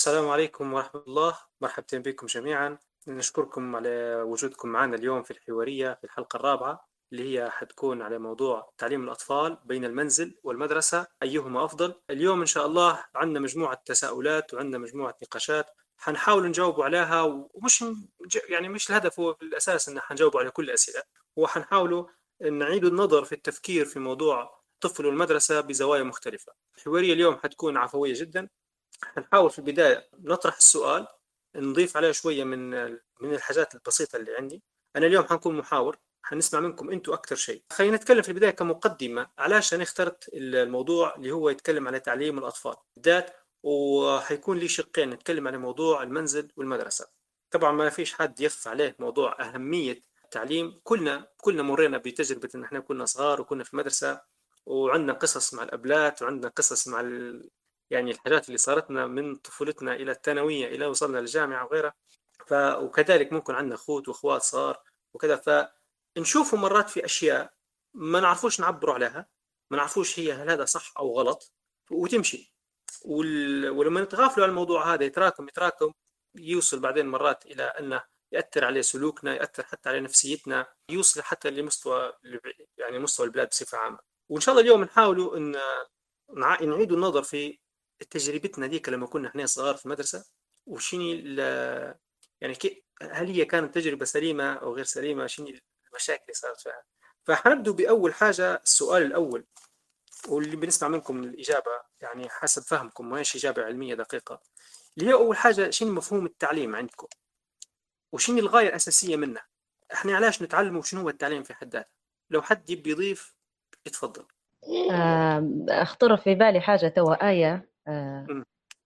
السلام عليكم ورحمة الله، مرحبا بكم جميعا. نشكركم على وجودكم معنا اليوم في الحوارية في الحلقة الرابعة اللي هي حتكون على موضوع تعليم الأطفال بين المنزل والمدرسة أيهما أفضل. اليوم إن شاء الله عندنا مجموعة تساؤلات وعندنا مجموعة نقاشات حنحاول نجاوب عليها، ومش يعني مش الهدف هو في الأساس إن حنجاوب على كل الأسئلة، هو حنحاول نعيد النظر في التفكير في موضوع الطفل والمدرسة بزوايا مختلفة. الحوارية اليوم حتكون عفوية جدا. هنحاول في البداية نطرح السؤال، نضيف عليه شوية من الحاجات البسيطة اللي عندي. أنا اليوم حنكون محاور، حنسمع منكم أنتوا أكثر شيء. خلينا نتكلم في البداية كمقدمة علاش أنا اخترت الموضوع اللي هو يتكلم على تعليم الأطفال بالذات، وحيكون لي شقين، نتكلم على موضوع المنزل والمدرسة. طبعا ما فيش حد يخفى عليه موضوع أهمية التعليم. كلنا مرينا بتجربة إن احنا كنا صغار وكنا في المدرسة، وعندنا قصص مع الأبلات وعندنا قصص مع يعني الحاجات اللي صارتنا من طفولتنا إلى الثانوية إلى وصلنا للجامعة وغيرها. وكذلك ممكن عندنا أخوت وأخوات صغار وكذا، فنشوفوا مرات في أشياء ما نعرفوش نعبروا عليها، ما نعرفوش هل هذا صح أو غلط، وتمشي. ولما نتغافلوا على الموضوع هذا يتراكم، يوصل بعدين مرات إلى أنه يأثر على سلوكنا، يأثر حتى على نفسيتنا، يوصل حتى لمستوى يعني مستوى البلاد بصفة عامة. وإن شاء الله اليوم نحاولوا أن نعيد النظر في تجربتنا ديك لما كنا احنا صغار في المدرسة، وشيني يعني هل هي كانت تجربة سليمة أو غير سليمة، شيني المشاكل اللي صارت فيها. فحنبدأ بأول حاجة، السؤال الأول واللي بنسمع منكم الإجابة يعني حسب فهمكم، ماهيش إجابة علمية دقيقة، اللي هي أول حاجة شنو مفهوم التعليم عندكم، وشنو الغاية الأساسية منه، احنا علاش نتعلم، وشنو هو التعليم في حد ذاته. لو حد يبي يضيف يتفضل. اخطر في بالي حاجة توا آية. م.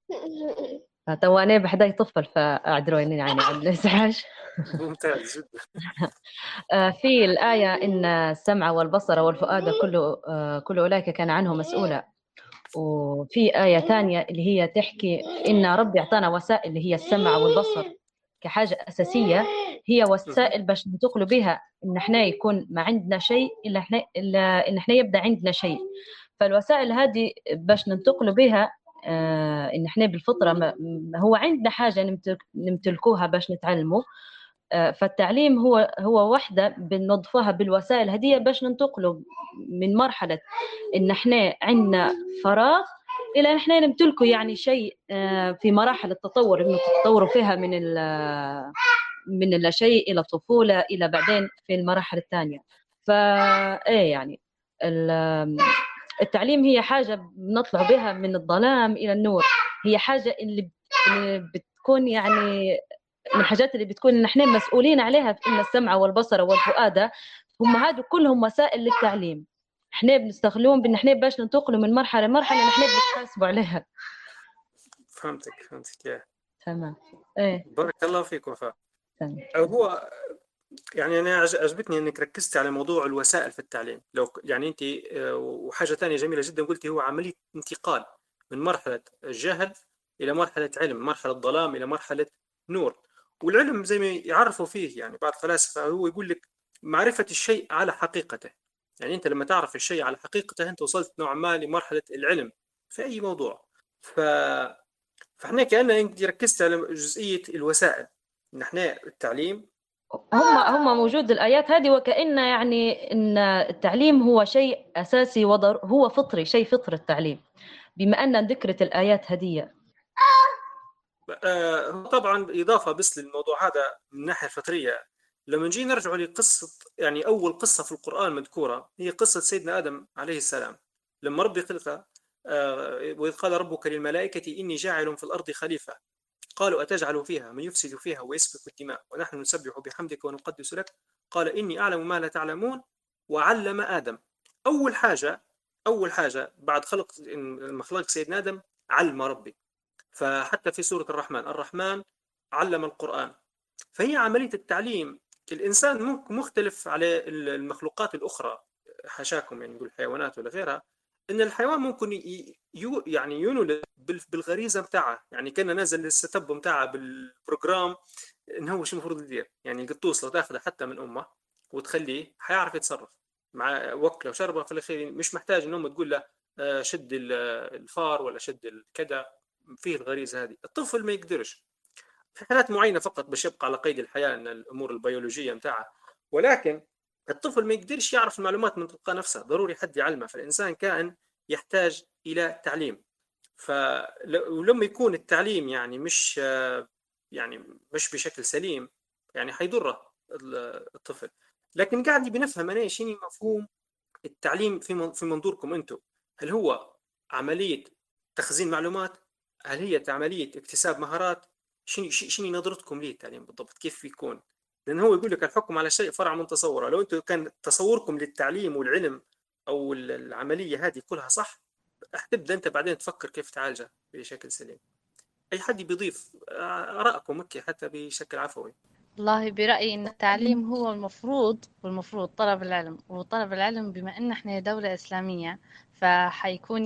توا أنا بحداي طفل فأعذروني يعني على الإزعاج. ممتاز جدا. في الآية إن السمع والبصر والفؤاد كل أولئك كان عنه مسؤولا. وفي آية ثانية اللي هي تحكي إن ربي أعطانا وسائل اللي هي السمع والبصر كحاجة أساسية، هي وسائل باش ننتقلوا بها إن إحنا يكون ما عندنا شيء إلا إن إحنا يبدأ عندنا شيء. فالوسائل هذه باش ننتقلوا بها إن إحنا بالفطرة هو عندنا حاجة نمتلكوها باش نتعلموا. فالتعليم هو وحدة بنضفها بالوسائل هذه باش ننتقلوا من مرحلة إن إحنا عندنا فراغ إلى إن إحنا نمتلكوا يعني شيء في مراحل التطور إنه تتطوروا فيها من اللاشيء إلى الطفولة إلى بعدين في المراحل الثانية. فإيه يعني التعليم هي حاجة بنطلع بها من الظلام إلى النور، هي حاجة اللي بتكون يعني من الحاجات اللي بتكون نحن مسؤولين عليها، في إن السمع والبصر والفؤاد هم هادو كلهم وسائل للتعليم، احنا بنستغلون بان احنا باش ننتقلوا من مرحله لمرحله نحن بنحاسبوا عليها. فهمتك يا تمام. ايه بارك الله فيك وفاء. تمام. هو يعني أنا عجبتني أنك ركزت على موضوع الوسائل في التعليم. لو يعني أنت وحاجة ثانية جميلة جدا قلتي، هو عملية انتقال من مرحلة الجهل إلى مرحلة علم، مرحلة ظلام إلى مرحلة نور. والعلم زي ما يعرفوا فيه يعني بعض الفلاسفة، هو يقول لك معرفة الشيء على حقيقته. يعني أنت لما تعرف الشيء على حقيقته أنت وصلت نوعا ما لمرحلة العلم في أي موضوع. ف... فإحنا كأننا أنت ركزت على جزئية الوسائل، إن إحنا التعليم هم موجود الآيات هذه وكأن يعني إن التعليم هو شيء أساسي هو فطري، شيء فطري التعليم بما أن ذكرت الآيات هذه. طبعا إضافة بس للموضوع هذا من الناحية الفطرية، لما نجي نرجع لقصة، يعني أول قصة في القرآن مذكورة هي قصة سيدنا آدم عليه السلام. لما ربي خلقه وإذ قال ربك للملائكة إني جاعل في الأرض خليفة قالوا أتجعل فيها من يفسد فيها ويسفك الدماء ونحن نسبح بحمدك ونقدس لك قال إني أعلم ما لا تعلمون وعلم آدم. أول حاجة بعد لما خلق سيدنا آدم علم ربي. فحتى في سورة الرحمن علم القرآن. فهي عملية التعليم. الإنسان مختلف على المخلوقات الأخرى، حاشاكم يعني نقول الحيوانات ولا غيرها، إن الحيوان ممكن يعني ينولد بالغريزة متاعه، يعني كان نازل الستب متاعه بالبروجرام إنه هو شو المفروض يدير. يعني القطوس لو تاخذه حتى من أمه وتخليه حيعرف يتصرف مع وكله وشربه في الأخير، مش محتاج إن أمه تقول له شد الفار ولا شد الكذا، فيه الغريزة هذه. الطفل ما يقدرش في حالات معينة فقط باش يبقى على قيد الحياة ان الامور البيولوجية متاعها، ولكن الطفل ما يقدرش يعرف المعلومات من تلقاء نفسه، ضروري حد يعلمه. فالإنسان كائن يحتاج إلى تعليم. ولما يكون التعليم يعني مش بشكل سليم، يعني حيضره الطفل. لكن قاعد بنفهم أنا شنو مفهوم التعليم في منظوركم أنتم. هل هو عملية تخزين معلومات؟ هل هي عملية اكتساب مهارات؟ شنو نظرتكم ليه التعليم بالضبط كيف يكون؟ لأن هو يقول لك الحكم على شيء فرع من تصوره. لو أنتم كان تصوركم للتعليم والعلم أو العملية هذه كلها صح، تبدأ أنت بعدين تفكر كيف تعالجها بشكل سليم. أي حد بيضيف آرائكم حتى بشكل عفوي. والله برأيي إن التعليم هو والمفروض طلب العلم، وطلب العلم بما إن إحنا دولة إسلامية فحيكون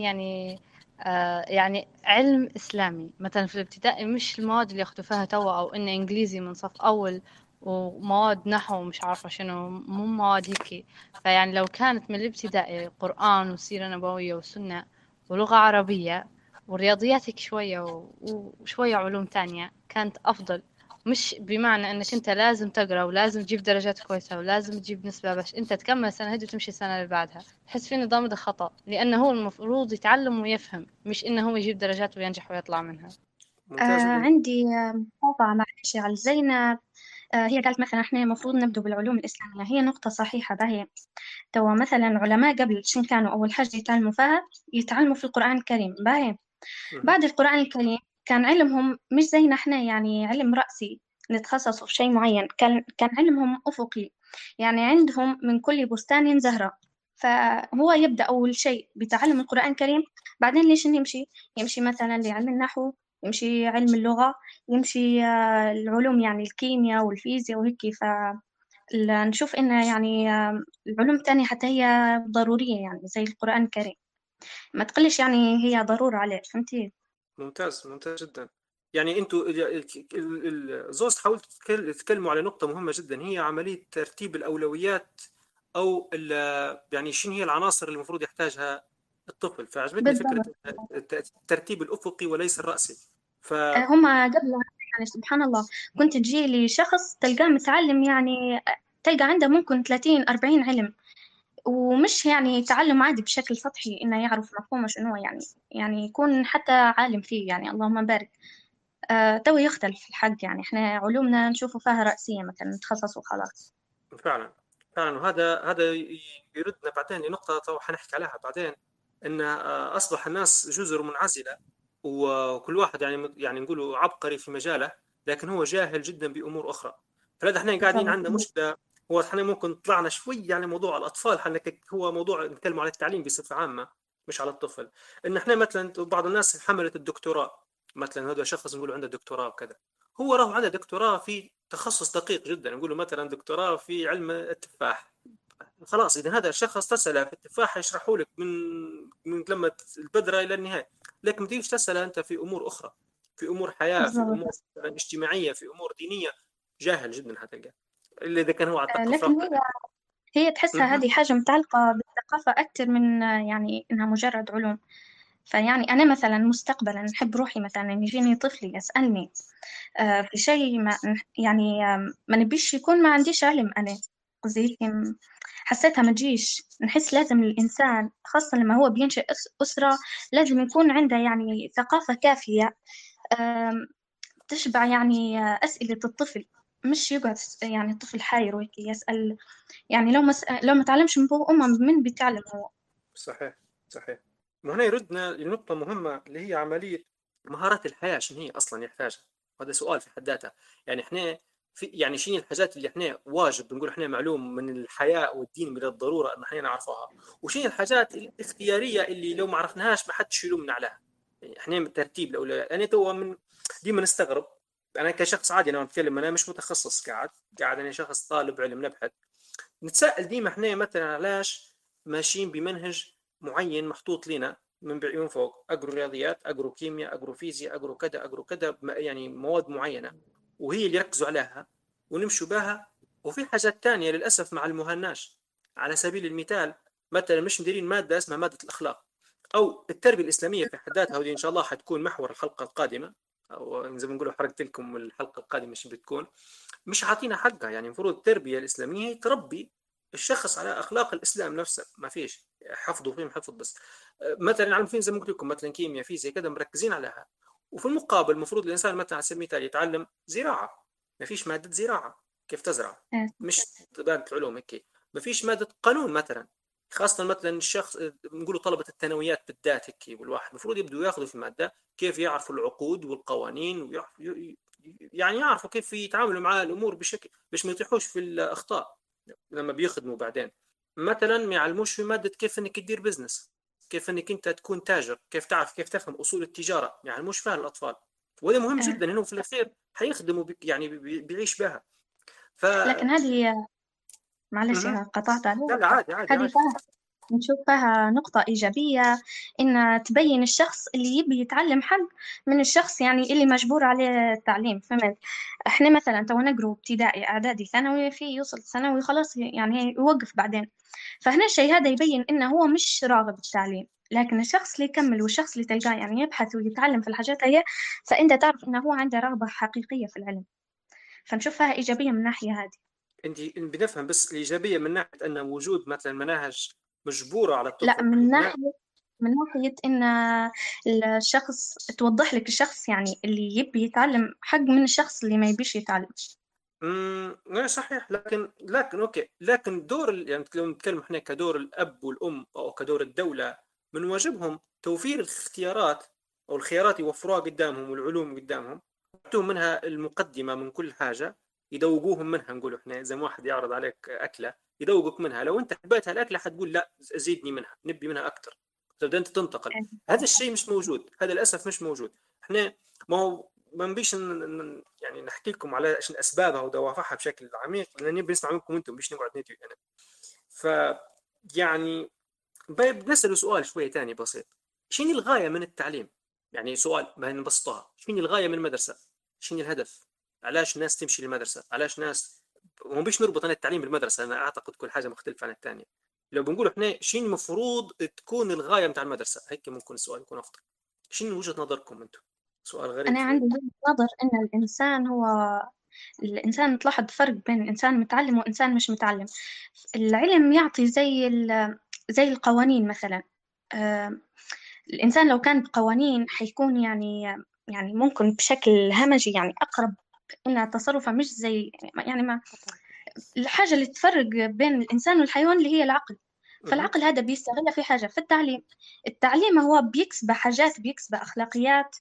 يعني علم إسلامي. مثلا في الابتدائي مش المواد اللي ياخدوا فيها توا، أو إن إنجليزي من صف أول ومواد نحو ومش عارفة شنو، مو مواد هيك. فيعني لو كانت من الابتدائي قرآن وسيرة نبوية وسنة ولغة عربية ورياضيات هيك شوية وشوية علوم تانية كانت أفضل. مش بمعنى انك انت لازم تقرا ولازم تجيب درجات كويسه ولازم تجيب نسبه باش انت تكمل السنه هذه وتمشي السنه اللي بعدها. تحس في نظام ده خطا، لانه هو المفروض يتعلم ويفهم، مش انه هو يجيب درجات وينجح ويطلع منها. ممتاز جدا. عندي مقاطعة معلش على زينب. هي قالت مثلا احنا المفروض نبدو بالعلوم الإسلامية، هي نقطة صحيحة باهي. توا مثلا علماء قبل شن كانوا أول حاجة يتعلموا فيها؟ يتعلموا في القرآن الكريم باهي. بعد القرآن الكريم كان علمهم مش زينا احنا، يعني علم رأسي نتخصصوا في شيء معين. كان علمهم أفقي، يعني عندهم من كل بستان زهرة. فهو يبدأ أول شيء بتعلم القرآن الكريم، بعدين ليش يمشي مثلا لعلم النحو، يمشي علم اللغة، يمشي العلوم يعني الكيمياء والفيزياء وهيك. فنشوف إن يعني العلوم التانية حتى هي ضرورية، يعني زي القرآن الكريم ما تقلش يعني هي ضرورة عليه. فهمتي؟ ممتاز ممتاز جدا. يعني انتوا زوز حاولتوا تتكلموا على نقطة مهمة جدا، هي عملية ترتيب الأولويات أو يعني شنو هي العناصر اللي المفروض يحتاجها الطفل. فعجبتني فكرة بالضبط. الترتيب الأفقي وليس الرأسي. ف هما قبل يعني سبحان الله، كنت تجي لي شخص تلقاه متعلم، يعني تلقى عنده ممكن 30 40 علم، ومش يعني تعلم عادي بشكل سطحي إنه يعرف مفهومه شنو، يعني يكون حتى عالم فيه، يعني اللهم بارك. تو يختلف الحق، يعني إحنا علومنا نشوفه فيها رأسية مثلا نتخصص وخلاص. فعلا فعلا. وهذا يردنا بعدين لنقطة تو حنحكي عليها بعدين، ان اصبح الناس جزر منعزلة، وكل واحد يعني نقولوا عبقري في مجاله، لكن هو جاهل جدا بامور اخرى. فلذا احنا قاعدين بالضبط. عندنا مشكلة. هو احنا ممكن طلعنا شوي يعني موضوع الاطفال، هو موضوع نتكلم على التعليم بصفة عامة مش على الطفل. ان احنا مثلا بعض الناس حملت الدكتوراه، مثلا هذا شخص نقول عنده دكتوراه وكذا، هو راهو عنده دكتوراه في تخصص دقيق جدا، نقول له مثلا دكتوراه في علم التفاح. خلاص اذا هذا الشخص تساله في التفاح يشرحوا لك من لما البذره الى النهايه. لكن ما تجيش تساله انت في امور اخرى، في امور حياه، في بالضبط. امور اجتماعيه، في امور دينيه، جاهل جدا حتلقاه الا اذا كان هو على لكن الثقافه. هي تحسها هذه حاجة متعلقة بالثقافة أكثر من يعني إنها مجرد علوم. فيعني أنا مثلا مستقبلا نحب روحي مثلا يجيني طفلي يسألني في شيء ما، يعني ما نبيش يكون ما عنديش علم أنا. قصدي هيك حسيتها ما تجيش. نحس لازم الإنسان خاصة لما هو بينشئ أسرة لازم يكون عنده يعني ثقافة كافية آم، تشبع يعني أسئلة الطفل. مش يقعد يعني الطفل حاير وهيك يسأل، يعني لو ما تعلمش من بوه وأمه من بيتعلم هو. صحيح صحيح. وهنا يردنا لنقطة مهمة اللي هي عملية مهارات الحياة، شنو هي أصلا يحتاجها. هذا سؤال في حد ذاته. يعني احنا في يعني شنو الحاجات اللي احنا واجب نقول احنا معلوم من الحياة والدين من الضرورة ان احنا نعرفها، وشنو الحاجات الاختيارية اللي لو ما عرفناهاش ما حدش يلومنا عليها. يعني احنا من ترتيب الأولويات. أنا تو ديما نستغرب. أنا كشخص عادي أنا بتكلم، أنا مش متخصص، قاعد أنا شخص طالب علم نبحث. نتساءل ديما احنا مثلا علاش ماشيين بمنهج معين محطوط لنا من فوق، اقروا رياضيات، اقروا كيمياء، اقروا فيزياء، اقروا كذا اقروا كذا، يعني مواد معينه وهي اللي يركزوا عليها ونمشوا بها. وفي حاجات تانية للاسف مع المهناش. على سبيل المثال مثلا مش مديرين ماده اسمها ماده الاخلاق. أو التربية الإسلامية في حد ذاتها، ودي إن شاء الله حتكون محور الحلقة القادمة، أو زي ما نقولوا حرقت لكم الحلقة القادمة مش بتكون، مش عاطينا حقها. يعني المفروض التربية الإسلامية هي تربي الشخص على أخلاق الإسلام نفسه، ما فيش حفظ وفيهم حفظ بس. مثلا على زي ما قلت لكم مثلا كيمياء فيزياء كذا مركزين عليها، وفي المقابل المفروض الإنسان مثلا على سبيل المثال يتعلم زراعة، ما فيش مادة زراعة كيف تزرع، مش طبيعة العلوم هيك. ما فيش مادة قانون مثلا، خاصة مثلا الشخص نقولوا طلبة الثانويات بالذات هيك، والواحد المفروض يبدوا ياخذوا في مادة كيف يعرفوا العقود والقوانين، يعني يعرفوا كيف يتعاملوا مع الامور بشكل باش ما يطيحوش في الاخطاء لما بيخدموا بعدين. مثلا ما يعلموش في ماده كيف انك تدير بزنس، كيف انك انت تكون تاجر، كيف تعرف كيف تفهم اصول التجاره، ما يعلموش فيها الاطفال. وهذا مهم جدا، انه في الاخير حيخدموا يعني بيعيش بها. لكن هذه معلش قطعت عليك. لا عادي هذه نشوف فيها نقطة إيجابية، إن تبين الشخص اللي يبي يتعلم حق من الشخص يعني اللي مجبور عليه التعليم. فهمت؟ إحنا مثلا تو نقرأ ابتدائي إعدادي ثانوي، في يوصل ثانوي خلاص يعني يوقف بعدين. فهنا الشيء هذا يبين إنه هو مش راغب بالتعليم، لكن الشخص اللي يكمل والشخص اللي تلقاه يعني يبحث ويتعلم في الحاجات هي، فأنت تعرف إنه هو عنده رغبة حقيقية في العلم. فنشوفها إيجابية من الناحية هذه. انت بنفهم بس الايجابيه من ناحيه ان وجود مثلا مناهج مجبوره على الطفل. لا، من ناحية إن الشخص توضح لك الشخص يعني اللي يبي يتعلم حق من الشخص اللي ما يبيش يتعلم. صحيح، لكن اوكي، لكن دور يعني لو نتكلم احنا كدور الاب والام او كدور الدوله، من واجبهم توفير الاختيارات او الخيارات يوفروها قدامهم والعلوم قدامهم، يعطوهم منها المقدمه من كل حاجه، يدوقوهم منها. نقول احنا زي ما واحد يعرض عليك اكله يدوقك منها، لو انت حبيت هالاكله حتقول لا زيدني منها، نبي منها اكثر، تبدا انت تنتقل. هذا الشيء مش موجود، هذا للاسف مش موجود. احنا ما نبيش يعني نحكي لكم على اسبابها ودوافعها بشكل عميق، لان نبي نسمع منكم انتم، مش نقعد ندوي انا. ف يعني بنسأل سؤال شويه ثاني بسيط، شنو الغايه من التعليم؟ يعني سؤال بنبسطها، شنو الغايه من المدرسه؟ شنو الهدف؟ علاش الناس تمشي للمدرسه؟ علاش ناس ما بيش نربط انا التعليم بالمدرسه، انا اعتقد كل حاجه مختلفه عن الثانيه. لو بنقول احنا شنو المفروض تكون الغايه متاع المدرسه، هيك ممكن السؤال يكون افضل. شنو وجهه نظركم انتم؟ سؤال غريب. أنا عندي وجهة نظر إن الإنسان تلاحظ فرق بين إنسان متعلم وإنسان مش متعلم. العلم يعطي زي القوانين مثلا. الإنسان لو كان بقوانين حيكون يعني ممكن بشكل همجي، يعني أقرب إن تصرفه مش زي يعني ما الحاجة اللي تفرق بين الإنسان والحيوان اللي هي العقل. فالعقل هذا بيستغله في حاجة في التعليم هو بيكسب حاجات، بيكسب أخلاقيات،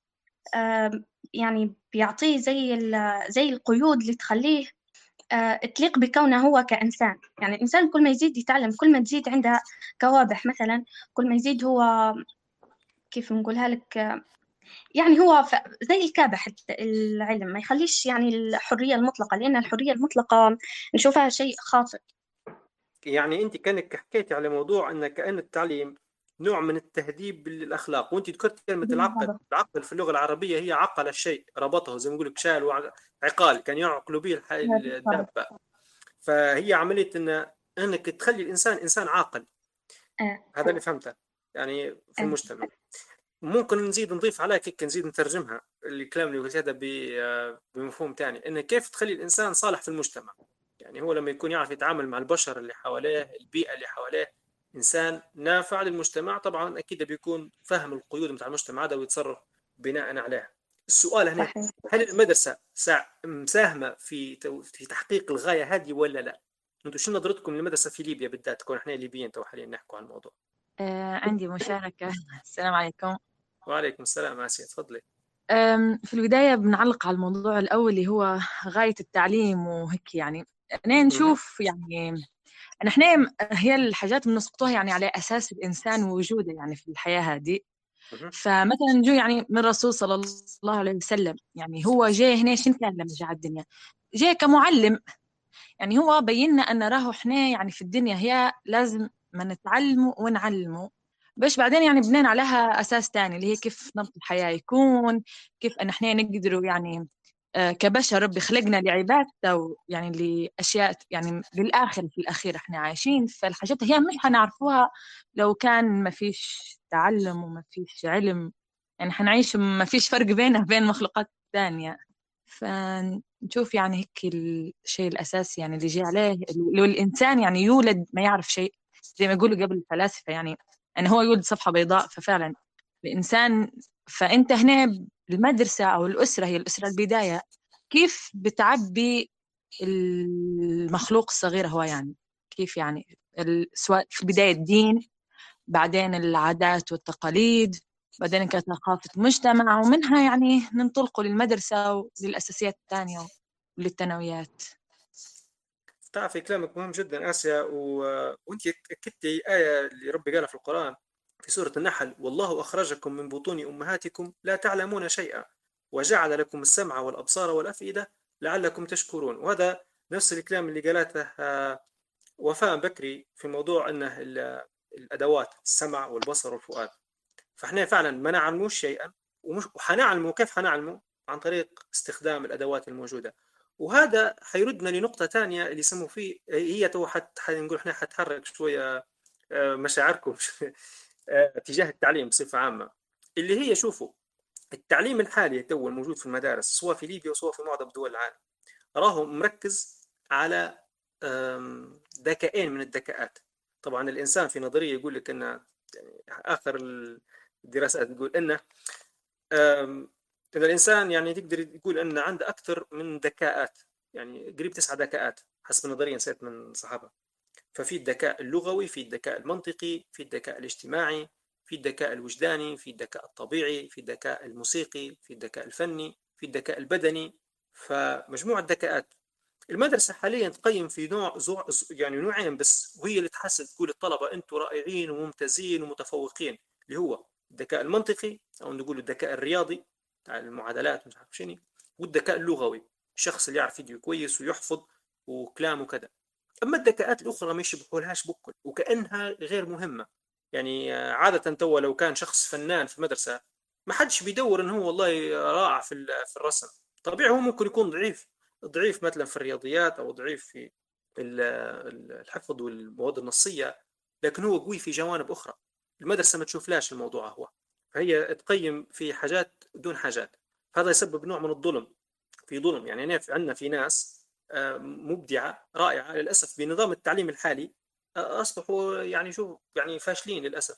يعني بيعطيه زي القيود اللي تخليه تليق بكونه هو كإنسان. يعني الإنسان كل ما يزيد يتعلم كل ما تزيد عنده كوابح مثلا، كل ما يزيد هو كيف نقولها لك، يعني هو زي الكابح. العلم ما يخليش يعني الحرية المطلقة، لأن الحرية المطلقة نشوفها شيء خاطئ. يعني انت كانك حكيتي على موضوع ان كأن التعليم نوع من التهذيب للاخلاق، وانت ذكرت كلمه العقل. العقل في اللغه العربيه هي عقل الشيء، ربطه زي ما نقول لك شال عقال كان يعقل به الدابه. فهي عمليه انك تخلي الانسان انسان عاقل. هذا اللي فهمته يعني في المجتمع. ممكن نزيد نضيف عليها كيك، نزيد نترجمها الكلام اللي قلت هذا بمفهوم ثاني، انه كيف تخلي الانسان صالح في المجتمع. يعني هو لما يكون يعرف يتعامل مع البشر اللي حواليه، البيئة اللي حواليه، إنسان نافع للمجتمع، طبعا أكيد بيكون فهم القيود متاع المجتمع هذا ويتصرف بناء عليها. السؤال هنا، هل المدرسة مساهمة في تحقيق الغاية هذه ولا لا؟ أنتم شو نظرتكم للمدرسة في ليبيا بالذات، تكون إحنا ليبيين تو حاليا نحكوا عن الموضوع؟ عندي مشاركة. السلام عليكم. وعليكم السلام. آسيا تفضلي. في البداية بنعلق على الموضوع الأول اللي هو غاية التعليم وهيك. يعني أنا نشوف يعني أن إحنا هي الحاجات بنسقطوها يعني على أساس الإنسان ووجوده يعني في الحياة هذه. فمثلا نجو يعني من الرسول صلى الله عليه وسلم، يعني هو جاي هنا شنو كان لما جاء على الدنيا؟ جاي كمعلم. يعني هو بينا أن راهو إحنا يعني في الدنيا هي لازم ما نتعلمه ونعلمه، باش بعدين يعني بنينا عليها أساس تاني اللي هي كيف نمط الحياة يكون، كيف أن إحنا نقدروا يعني كبشر ربي خلقنا لعبادته يعني لأشياء يعني للآخر، في الأخير إحنا عايشين، فالحاجات هي مش هنعرفوها لو كان ما فيش تعلم وما فيش علم. يعني حنعيش ما فيش فرق بينه وبين مخلوقات تانية. فنشوف يعني هيك الشيء الأساسي يعني اللي جي عليه لو الإنسان يعني يولد ما يعرف شيء، زي ما يقولوا قبل الفلاسفة يعني هو يولد صفحة بيضاء. ففعلا الإنسان، فأنت هنا المدرسة أو الأسرة هي الأسرة البداية، كيف بتعبي المخلوق الصغير هو يعني كيف يعني سواء في بداية الدين، بعدين العادات والتقاليد، بعدين كثقافة مجتمع، ومنها يعني ننطلقوا للمدرسة وللأساسيات الثانية وللثانويات. تعرفي كلامك مهم جدا آسيا، وانت أكدتي آية اللي ربي قالها في القرآن في سورة النحل: والله أخرجكم من بطون أمهاتكم لا تعلمون شيئا وجعل لكم السمع والأبصار والأفئدة لعلكم تشكرون. وهذا نفس الكلام اللي قالته وفاء بكري في موضوع أنه الأدوات السمع والبصر والفؤاد. فإحنا فعلا ما نعلموش شيئا، وحنعلمه. كيف حنعلمه؟ عن طريق استخدام الأدوات الموجودة. وهذا حيردنا لنقطة تانية اللي يسموا فيه، هي تو نقول احنا حتحرك شوية مشاعركم تجاه التعليم بصفة عامة، اللي هي شوفوا التعليم الحالي تو الموجود في المدارس سواء في ليبيا وسواء في معظم دول العالم راه مركز على ذكاءين من الذكاءات. طبعا الإنسان في نظرية يقول لك أن يعني آخر الدراسات تقول أنه إذا الإنسان يعني تقدر تقول أن عنده أكثر من ذكاءات، يعني قريب 9 ذكاءات حسب نظرية نسيت من صحابة. ففي الذكاء اللغوي، في الذكاء المنطقي، في الذكاء الاجتماعي، في الذكاء الوجداني، في الذكاء الطبيعي، في الذكاء الموسيقي، في الذكاء الفني، في الذكاء البدني. فمجموعة ذكاءات. المدرسة حاليا تقيم في يعني نوعين بس، وهي اللي تحسن تقول الطلبة أنتم رائعين وممتازين ومتفوقين، اللي هو الذكاء المنطقي أو نقول الذكاء الرياضي تاع المعادلات مش عارف شنو، والذكاء اللغوي الشخص اللي يعرف يدوي كويس ويحفظ وكلام وكذا. أما الذكاءات الأخرى ما يشبهولهاش بكل وكأنها غير مهمة. يعني عادة تو لو كان شخص فنان في المدرسة ما حدش بيدور إنه هو والله رائع في الرسم. طبيعي هو ممكن يكون ضعيف مثلا في الرياضيات أو ضعيف في الحفظ والمواد النصية، لكن هو قوي في جوانب أخرى. المدرسة ما تشوفلاش الموضوع هو، فهي تقيم في حاجات دون حاجات. هذا يسبب نوع من الظلم. في ظلم يعني عندنا في ناس مبدعة رائعة، للأسف بنظام التعليم الحالي أصبحوا يعني شو يعني فاشلين للأسف.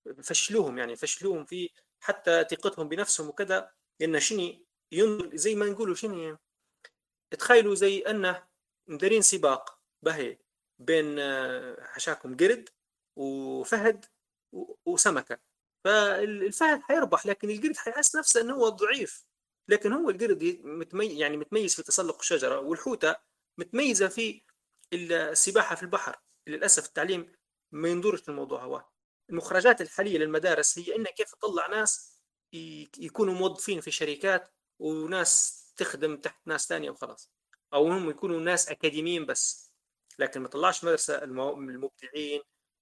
فشلوهم في حتى ثقتهم بنفسهم وكذا. لأن شني زي ما نقولوا شني، تخيلوا زي أنه مديرين سباق بهي بين حشاكم قرد وفهد وسمكة، فالفهد حيربح لكن القرد حيحس نفسه أنه هو ضعيف. لكن هو القرد متميز في تسلق الشجرة، والحوتة متميزة في السباحة في البحر. للأسف التعليم ما ينظرش الموضوع هو. المخرجات الحالية للمدارس هي إنه كيف تطلع ناس يكونوا موظفين في شركات وناس تخدم تحت ناس تانية وخلاص، أو هم يكونوا ناس أكاديميين بس، لكن ما طلعش مدرسة المبدعين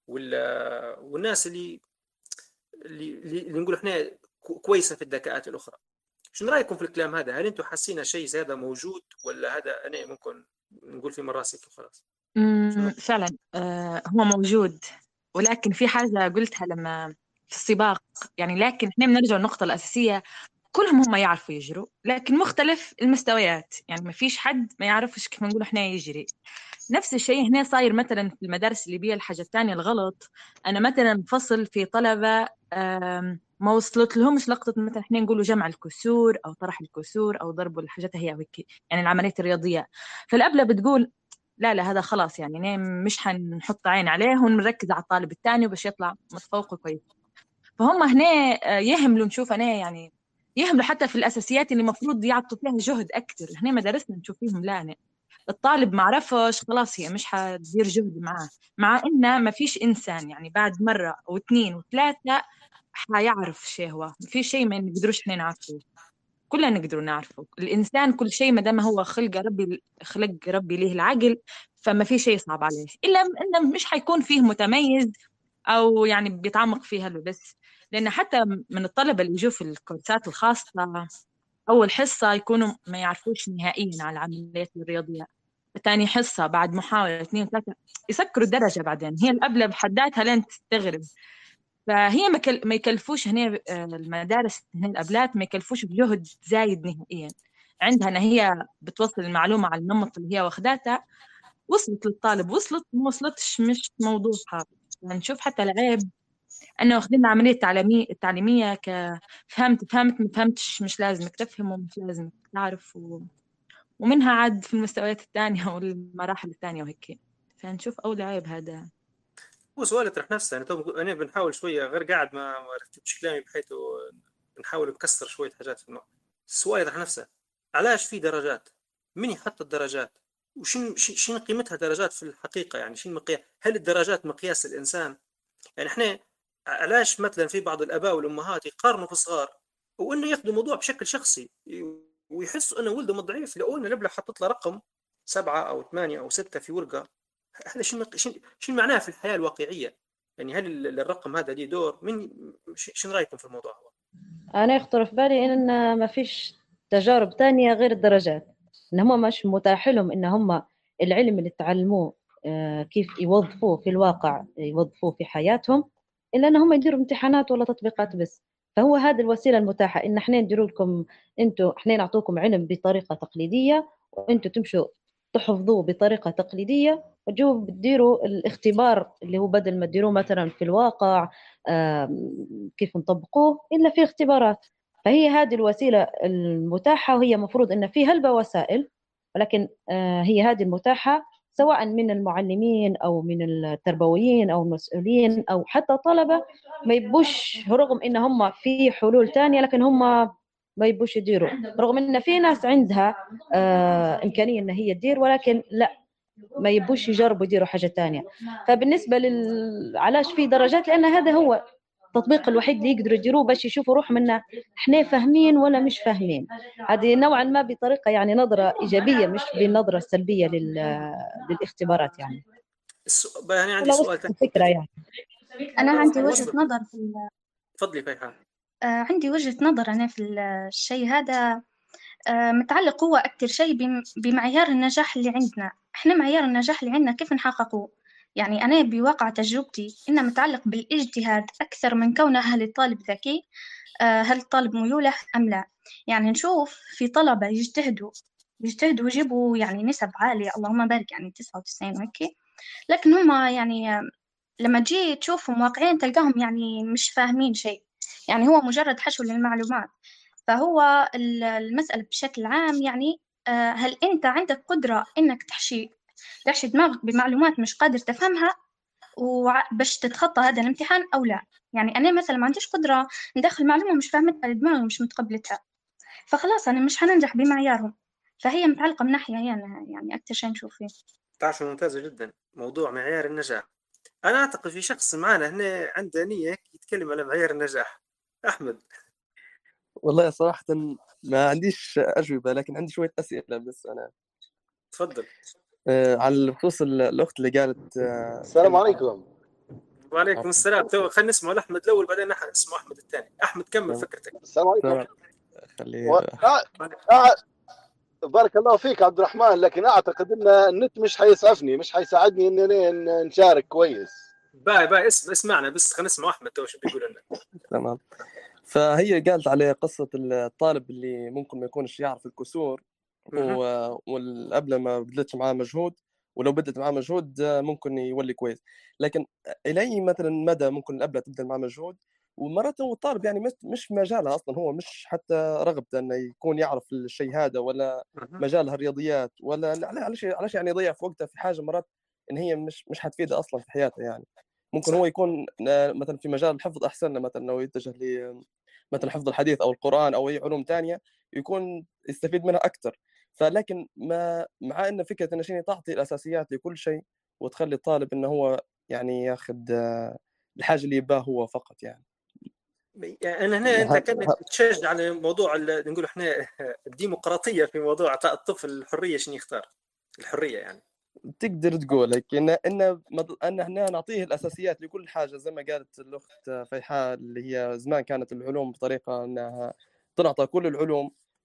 والناس اللي نقول احنا كويسة في الذكاءات الأخرى. شنو رأيكم في الكلام هذا؟ هل أنتم حاسين شيء زي هذا موجود، ولا هذا أنا ممكن نقول في مراسك وخلاص؟ فعلا هو موجود، ولكن في حاجة قلتها لما في السباق يعني، لكن احنا بنرجع للنقطة الأساسية، كلهم هم يعرفوا يجروا لكن مختلف المستويات. يعني ما فيش حد ما يعرفش كيف نقول احنا يجري. نفس الشيء هنا صاير مثلا في المدارس اللي بيها الحاجة الثانية الغلط. أنا مثلا فصل في طلبة ما وصلت لهمش لقطة مثلا احنا نقولوا جمع الكسور أو طرح الكسور أو ضرب الحاجات هي وكي، يعني العمليات الرياضية. فالأبلة بتقول لا هذا خلاص يعني مش هنحط عين عليه ونركز على الطالب الثاني وبش يطلع متفوق كويس. فهم هنا يهملوا، نشوف أنا يعني يهملوا حتى في الأساسيات اللي المفروض يعطوا فيها جهد أكثر. هنا مدارسنا نشوف فيهم لا أنا الطالب ما عرفش خلاص هي مش هتدير جهد معاه، مع إنه ما فيش إنسان يعني بعد مرة واثنين وثلاثة حيعرف شيء. هو ما في شيء ما نقدروش إحنا نعرفه، كلنا نقدر نعرفه. الإنسان كل شيء ما دام هو خلق ربي ليه العقل، فما في شيء صعب عليه، إلا إنه مش حيكون فيه متميز أو يعني بيتعمق فيها له بس. لأن حتى من الطلبة اللي يجوا في الكورسات الخاصة أول حصة يكونوا ما يعرفوش نهائيا على العمليات الرياضية، ثاني حصة بعد محاولة 2 3 يسكروا الدرجة، بعدين هي الأبلة بحد ذاتها لين تستغرب. فهي ما يكلفوش هنا المدارس هنا الأبلات ما يكلفوش بجهد زايد نهائيا، عندها إن هي بتوصل المعلومة على النمط اللي هي واخداتها، وصلت للطالب وصلت ما وصلتش مش موضوعها. نشوف حتى العيب أنه واخدين العملية التعليمية فهمت ما فهمتش، مش لازمك تفهم ومش لازمك تعرف ومنها عاد في المستويات الثانية والمراحل الثانية وهيك. فنشوف أول عيب هذا. هو سؤال يطرح نفسه يعني. أنا بنحاول شوية غير قاعد ما رتبتش كلامي بحيث بنحاول نكسر شوية حاجات في النقطة. السؤال يطرح نفسه، علاش في درجات؟ من يحط الدرجات؟ وشين قيمتها درجات في الحقيقة؟ يعني شين مقياس؟ هل الدرجات مقياس الإنسان؟ يعني احنا علاش مثلا في بعض الآباء والأمهات يقارنوا في الصغار وإنه ياخذوا الموضوع بشكل شخصي ويحسوا إنه ولدهم ضعيف لو إنه الأبلة حطت له رقم 7 أو 8 أو 6 في ورقة. هذا شنو معناه في الحياة الواقعية؟ يعني هل الرقم هذا ليه دور؟ شنو رأيكم في الموضوع هو؟ أنا يخطر في بالي إن ما فيش تجارب تانية غير الدرجات، إن هم مش متاح لهم إن هم العلم اللي تعلموه كيف يوظفوه في الواقع، يوظفوه في حياتهم، إلا إن هم يديروا امتحانات ولا تطبيقات بس. فهو هذه الوسيلة المتاحة، إن إحنا نديروا لكم أنتوا، إحنا نعطوكم علم بطريقة تقليدية وأنتوا تمشوا تحفظوه بطريقة تقليدية وتجوا بتديروا الاختبار اللي هو بدل ما تديروه مثلا في الواقع كيف نطبقوه إلا في اختبارات. فهي هذه الوسيلة المتاحة، وهي مفروض أن في هلبة وسائل، ولكن هي هذه المتاحة سواء من المعلمين أو من التربويين أو المسؤولين أو حتى طلبة ما يبوش، رغم إن هم في حلول تانية لكن هم ما يبوش يديروا، رغم إن في ناس عندها إمكانية إن هي تدير ولكن لا، ما يبوش يجربوا يديروا حاجة تانية. فبالنسبة علاش في درجات؟ لأن هذا هو التطبيق الوحيد اللي يقدروا يديروه باش يشوفوا روح منا احنا فاهمين ولا مش فاهمين. هذه نوعا ما بطريقة يعني نظرة إيجابية مش بالنظرة السلبية للاختبارات يعني. يعني عندي سؤال ثاني. الفكرة يعني أنا عندي وجهة نظر تفضلي فيحاء. عندي وجهة نظر أنا في الشيء هذا متعلق هو أكتر شيء بمعيار النجاح اللي عندنا. إحنا معيار النجاح اللي عندنا كيف نحققه؟ يعني أنا بواقع تجربتي إنه متعلق بالاجتهاد أكثر من كونه هل الطالب ذكي، هل الطالب ميوله أم لا. يعني نشوف في طلبة يجتهدوا ويجيبوا يعني نسب عالية اللهم بارك، يعني 99 وهيك، لكن هم يعني لما تجي تشوفهم واقعيا تلقاهم يعني مش فاهمين شيء، يعني هو مجرد حشو للمعلومات. فهو المسألة بشكل عام يعني هل أنت عندك قدرة إنك تحشي دماغك بمعلومات مش قادر تفهمها وباش تتخطى هذا الامتحان أو لا؟ يعني أنا مثلا ما عنديش قدرة ندخل معلومة مش فاهمتها لدماغي ومش متقبلتها، فخلاص أنا مش هننجح بمعيارهم. فهي متعلقة من ناحية يعني أكتر شيء نشوف فيه. تعرفوا ممتازة جدا موضوع معيار النجاح. أنا أعتقد في شخص معنا هنا عنده نية يتكلم على معيار النجاح. أحمد. والله صراحة ما عنديش أجوبة، لكن عندي شوية أسئلة بس. أنا تفضل. على بخصوص الأخت اللي قالت السلام عليكم. وعليكم السلام. خلينا نسمع أحمد الأول بعدين نسمع أحمد الثاني. أحمد كمل فكرتك. السلام عليكم. خليه بارك الله فيك عبد الرحمن، لكن أعتقد أن النت مش حيسعفني، مش حيساعدني أنني نشارك كويس. باي اسمعنا بس، خلينا نسمع أحمد شو بيقول لنا. تمام. فهي قالت عليه قصة الطالب اللي ممكن ما يكونش يعرف الكسور والأبلة ما بدلتش معاه مجهود، ولو بدت معاه مجهود ممكن يولي كويس. لكن إلى مثلا مدى ممكن الأبلة تبدل معاه مجهود ومرات هو الطالب يعني مش مجالها أصلا، هو مش حتى رغبته أنه يكون يعرف الشيء هذا ولا مجالها الرياضيات، ولا علاش يعني يضيع في وقته في حاجة مرات إن هي مش حتفيده أصلا في حياته. يعني ممكن هو يكون مثلا في مجال الحفظ أحسن له، مثلا لو يتجه مثلا حفظ الحديث أو القرآن أو أي علوم تانية يكون يستفيد منها أكثر. فلكن مع أن فكرة أن شيء تعطي الأساسيات لكل شيء وتخلي الطالب أنه هو يعني ياخذ الحاجة اللي يباه هو فقط. يعني أنا هنا أنت كأنك تشجع على موضوع نقول إحنا الديمقراطية في موضوع إعطاء الطفل الحرية، شنو يختار الحرية يعني تقدر تقول لك ان احنا نعطيه الاساسيات لكل حاجه، زي ما قالت الاخت فيحاء اللي هي زمان كانت العلوم بطريقه انها تنعطى كل العلوم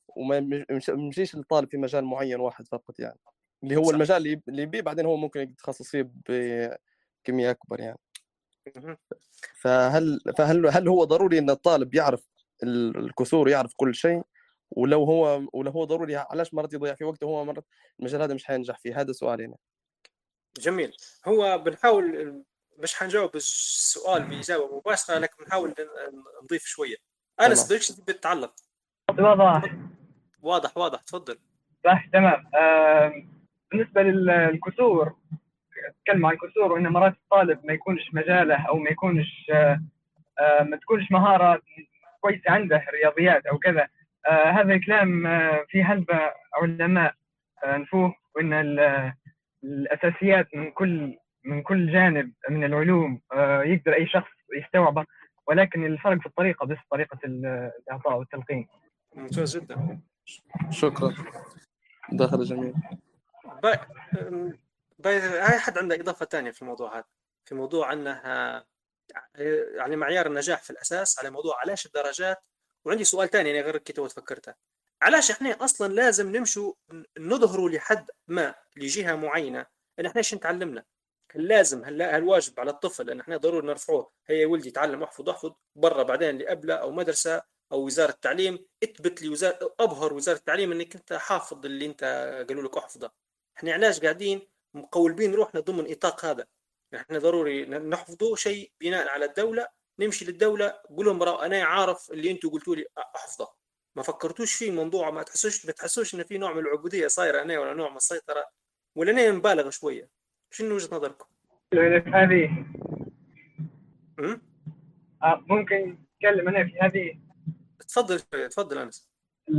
وما يمشيش الطالب في مجال معين واحد فقط يعني، اللي هو صح. المجال اللي بيه بعدين هو ممكن يتخصص فيه بكمية أكبر يعني. مهم. هل هو ضروري ان الطالب يعرف الكسور، يعرف كل شيء؟ ولو هو ضروري، علاش مرات يضيع في وقته؟ هو مرات المجال هذا مش حينجح فيه. هذا سؤالي هنا. جميل. هو بنحاول مش حنجاوب السؤال بإجابة مباشرة، لكن بنحاول نضيف شوية. أنس تمام. بدكش بتتعلق؟ واضح. واضح تفضل. صح تمام. بالنسبة للكسور، أتكلم عن الكسور، وإن مرات الطالب ما يكونش مجاله أو ما يكونش ما تكونش مهارة كويسة عنده رياضيات أو كذا. هذا الكلام في هلبة علماء نفوه، وإن الأساسيات من كل جانب من العلوم يقدر أي شخص يستوعبه، ولكن الفرق في الطريقة، بس طريقة الإعطاء والتلقين. ممتاز جدا. شكرا. داخل جميل. هاي حد عنده إضافة تانية في الموضوع هذا، في موضوع أنها يعني معيار النجاح في الأساس، على موضوع علاش الدرجات. وعندي سؤال تاني أنا غير كده وتفكرتها، علاش إحنا أصلا لازم نمشوا نظهروا لحد ما لجهة معينة إن إحنا إيش نتعلمنا؟ هل واجب على الطفل إن إحنا ضروري نرفعه، هي ولدي تعلم احفظ برا، بعدين لأبلة أو مدرسة أو وزارة التعليم اثبت لي أبهر وزارة التعليم إنك أنت حافظ اللي أنت قالوا لك احفظه. إحنا علاش قاعدين مقولبين روحنا ضمن إطاق هذا؟ احنا ضروري نحفظه شيء بناء على الدولة، نمشي للدولة نقول لهم انا عارف اللي انتم قلتوا لي احفظه. ما فكرتوش فيه موضوع؟ ما تحسوش ان في نوع من العبودية صايرة انا، ولا نوع من السيطرة، ولا انا مبالغ شوية؟ شنو وجهة نظركم؟ هذه ممكن اتكلم انا في هذه. تفضل أنس.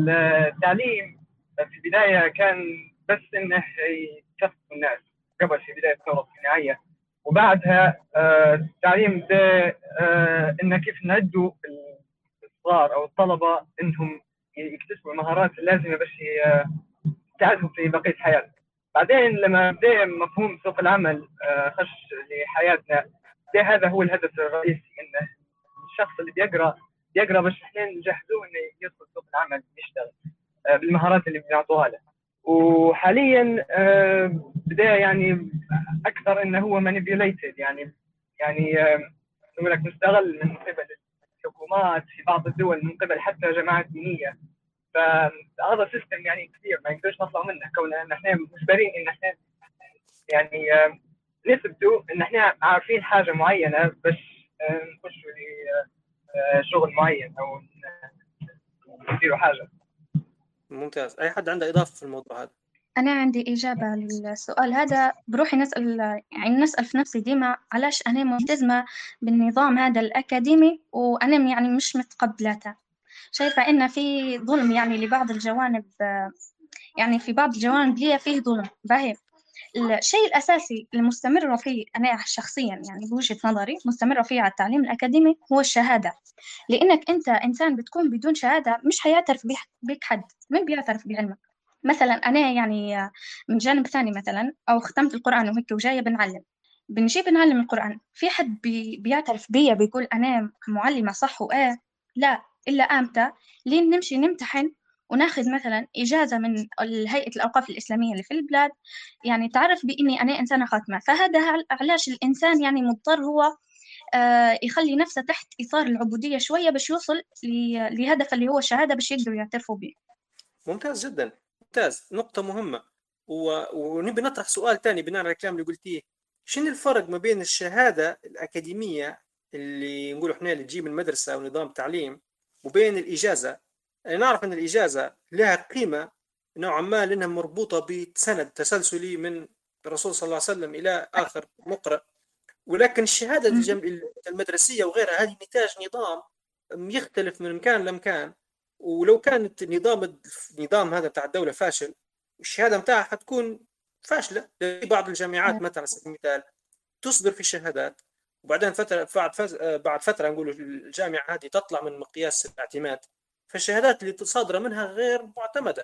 التعليم في البداية كان بس انه يكفي الناس قبل، في بداية الثورة الصناعية، وبعدها التعليم ده انه كيف نعدوا الصغار او الطلبة انهم يكتسبوا المهارات اللازمة باش تساعدهم في بقية حياتهم. بعدين لما بدا مفهوم سوق العمل خش لحياتنا، ده هذا هو الهدف الرئيسي، انه الشخص اللي بيقرا باش احنا نجهزوه انه يدخل سوق العمل يشتغل بالمهارات اللي بنعطوها له. وحاليا بدا يعني اكثر انه هو مانيبيوليتد، يعني نقول لك مستغل من قبل الحكومات في بعض الدول، من قبل حتى جماعات دينيه. فهذا سيستم يعني كبير ما نقدرش نطلع منه، كون ان احنا مجبرين ان احنا يعني نثبتوا ان احنا عارفين حاجه معينه باش نخشوا لشغل معين او نديروا حاجه. ممتاز. اي حد عنده اضافه في الموضوع هذا؟ أنا عندي إجابة للسؤال هذا. بروحي نسأل في نفسي ديما علاش أنا ملتزمة بالنظام هذا الأكاديمي وأنا يعني مش متقبلاته. شايفة إن في ظلم يعني لبعض الجوانب، يعني في بعض الجوانب ليا فيه ظلم باهي. الشيء الأساسي المستمرة فيه أنا شخصيا، يعني بوجهة نظري مستمرة فيه على التعليم الأكاديمي هو الشهادة. لأنك أنت إنسان بتكون بدون شهادة مش هيعترف بك حد، من بيعترف بعلمك؟ مثلا أنا يعني من جانب ثاني مثلا أو ختمت القرآن وهيك وجاية بنجي بنعلم القرآن، في حد بيعترف بيا بيقول أنا معلمة صح لا، إلا أمتى لين نمشي نمتحن وناخذ مثلا إجازة من هيئة الأوقاف الإسلامية اللي في البلاد، يعني تعرف بإني أنا إنسانة خاتمة. فهذا علاش الإنسان يعني مضطر هو يخلي نفسه تحت إطار العبودية شوية باش يوصل لهدف اللي هو الشهادة باش يقدروا يعترفوا به. ممتاز جدا، ممتاز، نقطة مهمة. ونبي نطرح سؤال تاني بناء على الكلام اللي قلتيه. شنو الفرق ما بين الشهادة الأكاديمية اللي نقول احنا اللي تجيب المدرسة ونظام التعليم وبين الإجازة؟ أنا نعرف أن الإجازة لها قيمة نوعا ما لأنها مربوطة بسند تسلسلي من الرسول صلى الله عليه وسلم إلى آخر مقرأ، ولكن الشهادة المدرسية وغيرها هذه نتاج نظام يختلف من مكان لمكان. ولو كانت النظام هذا بتاع الدولة فاشل، الشهادة متاعها حتكون فاشلة. بعض الجامعات مثلا على سبيل المثال تصدر في الشهادات، وبعدين بعد فترة نقول الجامعة هذه تطلع من مقياس الاعتماد، فالشهادات اللي تصادر منها غير معتمدة.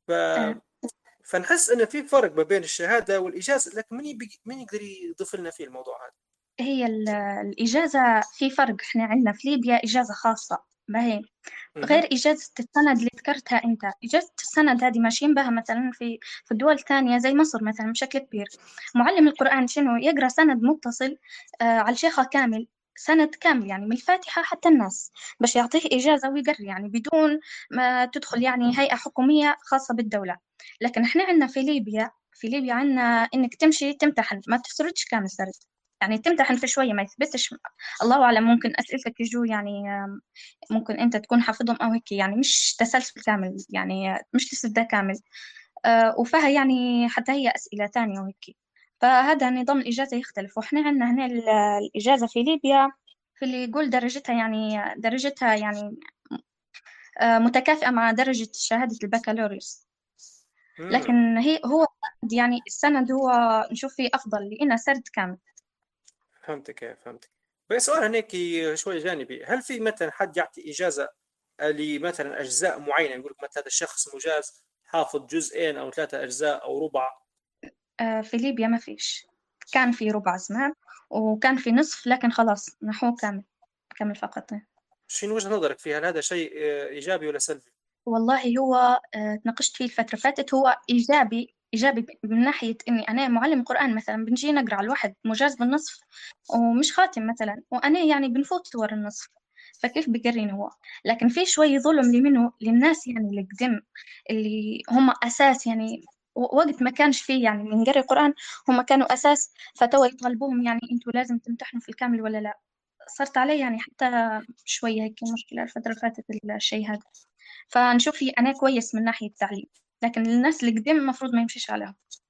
فنحس إن في فرق ما بين الشهادة والإجازة، لكن من يقدر يضيف لنا في الموضوع هذا؟ هي الإجازة في فرق. إحنا عندنا في ليبيا إجازة خاصة، باهي مهم. غير إجازة السند اللي ذكرتها أنت. إجازة السند هذه ماشيين بها مثلا في الدول الثانية زي مصر مثلا بشكل كبير. معلم القرآن شنو يقرأ سند متصل على الشيخة كامل، سند كامل يعني من الفاتحة حتى الناس، باش يعطيه إجازة ويقرأ يعني بدون ما تدخل يعني هيئة حكومية خاصة بالدولة. لكن إحنا عندنا في ليبيا عندنا إنك تمشي تمتحن، ما تسردش كامل سرد، يعني تمتحن في شوية ما يثبتش. الله أعلم ممكن أسئلتك يجوا يعني ممكن أنت تكون حافظهم أو هيك، يعني مش تسلسل كامل، يعني مش تسلسل كامل. وفيها يعني حتى هي أسئلة تانية وهيك. فهذا نظام الإجازة يختلف. وإحنا عندنا هنا الإجازة في ليبيا في اللي يقول درجتها يعني متكافئة مع درجة شهادة البكالوريوس. مم. لكن هو يعني السند هو نشوف فيه أفضل لأنه سرد كامل. فهمتك. بس سؤال هناك شوي جانبي، هل في مثلا حد يعطي إجازة لمثلا أجزاء معينة، يقول لك مثلا هذا الشخص مجاز حافظ جزئين أو 3 أجزاء أو ربع؟ في ليبيا ما فيش. كان في ربع زمان وكان في نصف، لكن خلاص نحوه كامل فقط. شنو وجهة نظرك فيها؟ هل هذا شيء إيجابي ولا سلبي؟ والله هو تناقشت فيه الفترة اللي فاتت. هو إيجابي من ناحية إني أنا معلم قرآن مثلا بنجي نقرأ على الواحد مجاز بالنصف ومش خاتم مثلا، وأنا يعني بنفوت صور النصف، فكيف بقرين هو؟ لكن في شوي ظلم منه للناس يعني اللي قدم، اللي هم أساس يعني وقت ما كانش فيه يعني من قرأ قرآن، هم كانوا أساس، فتوا يطالبوهم يعني أنتوا لازم تمتحنوا في الكامل ولا لا. صارت علي يعني حتى شوية هيك مشكلة الفترة اللي فاتت الشيء هذا. فنشوف أنا كويس من ناحية التعليم، لكن الناس اللي قدام المفروض ما يمشيش عليهم.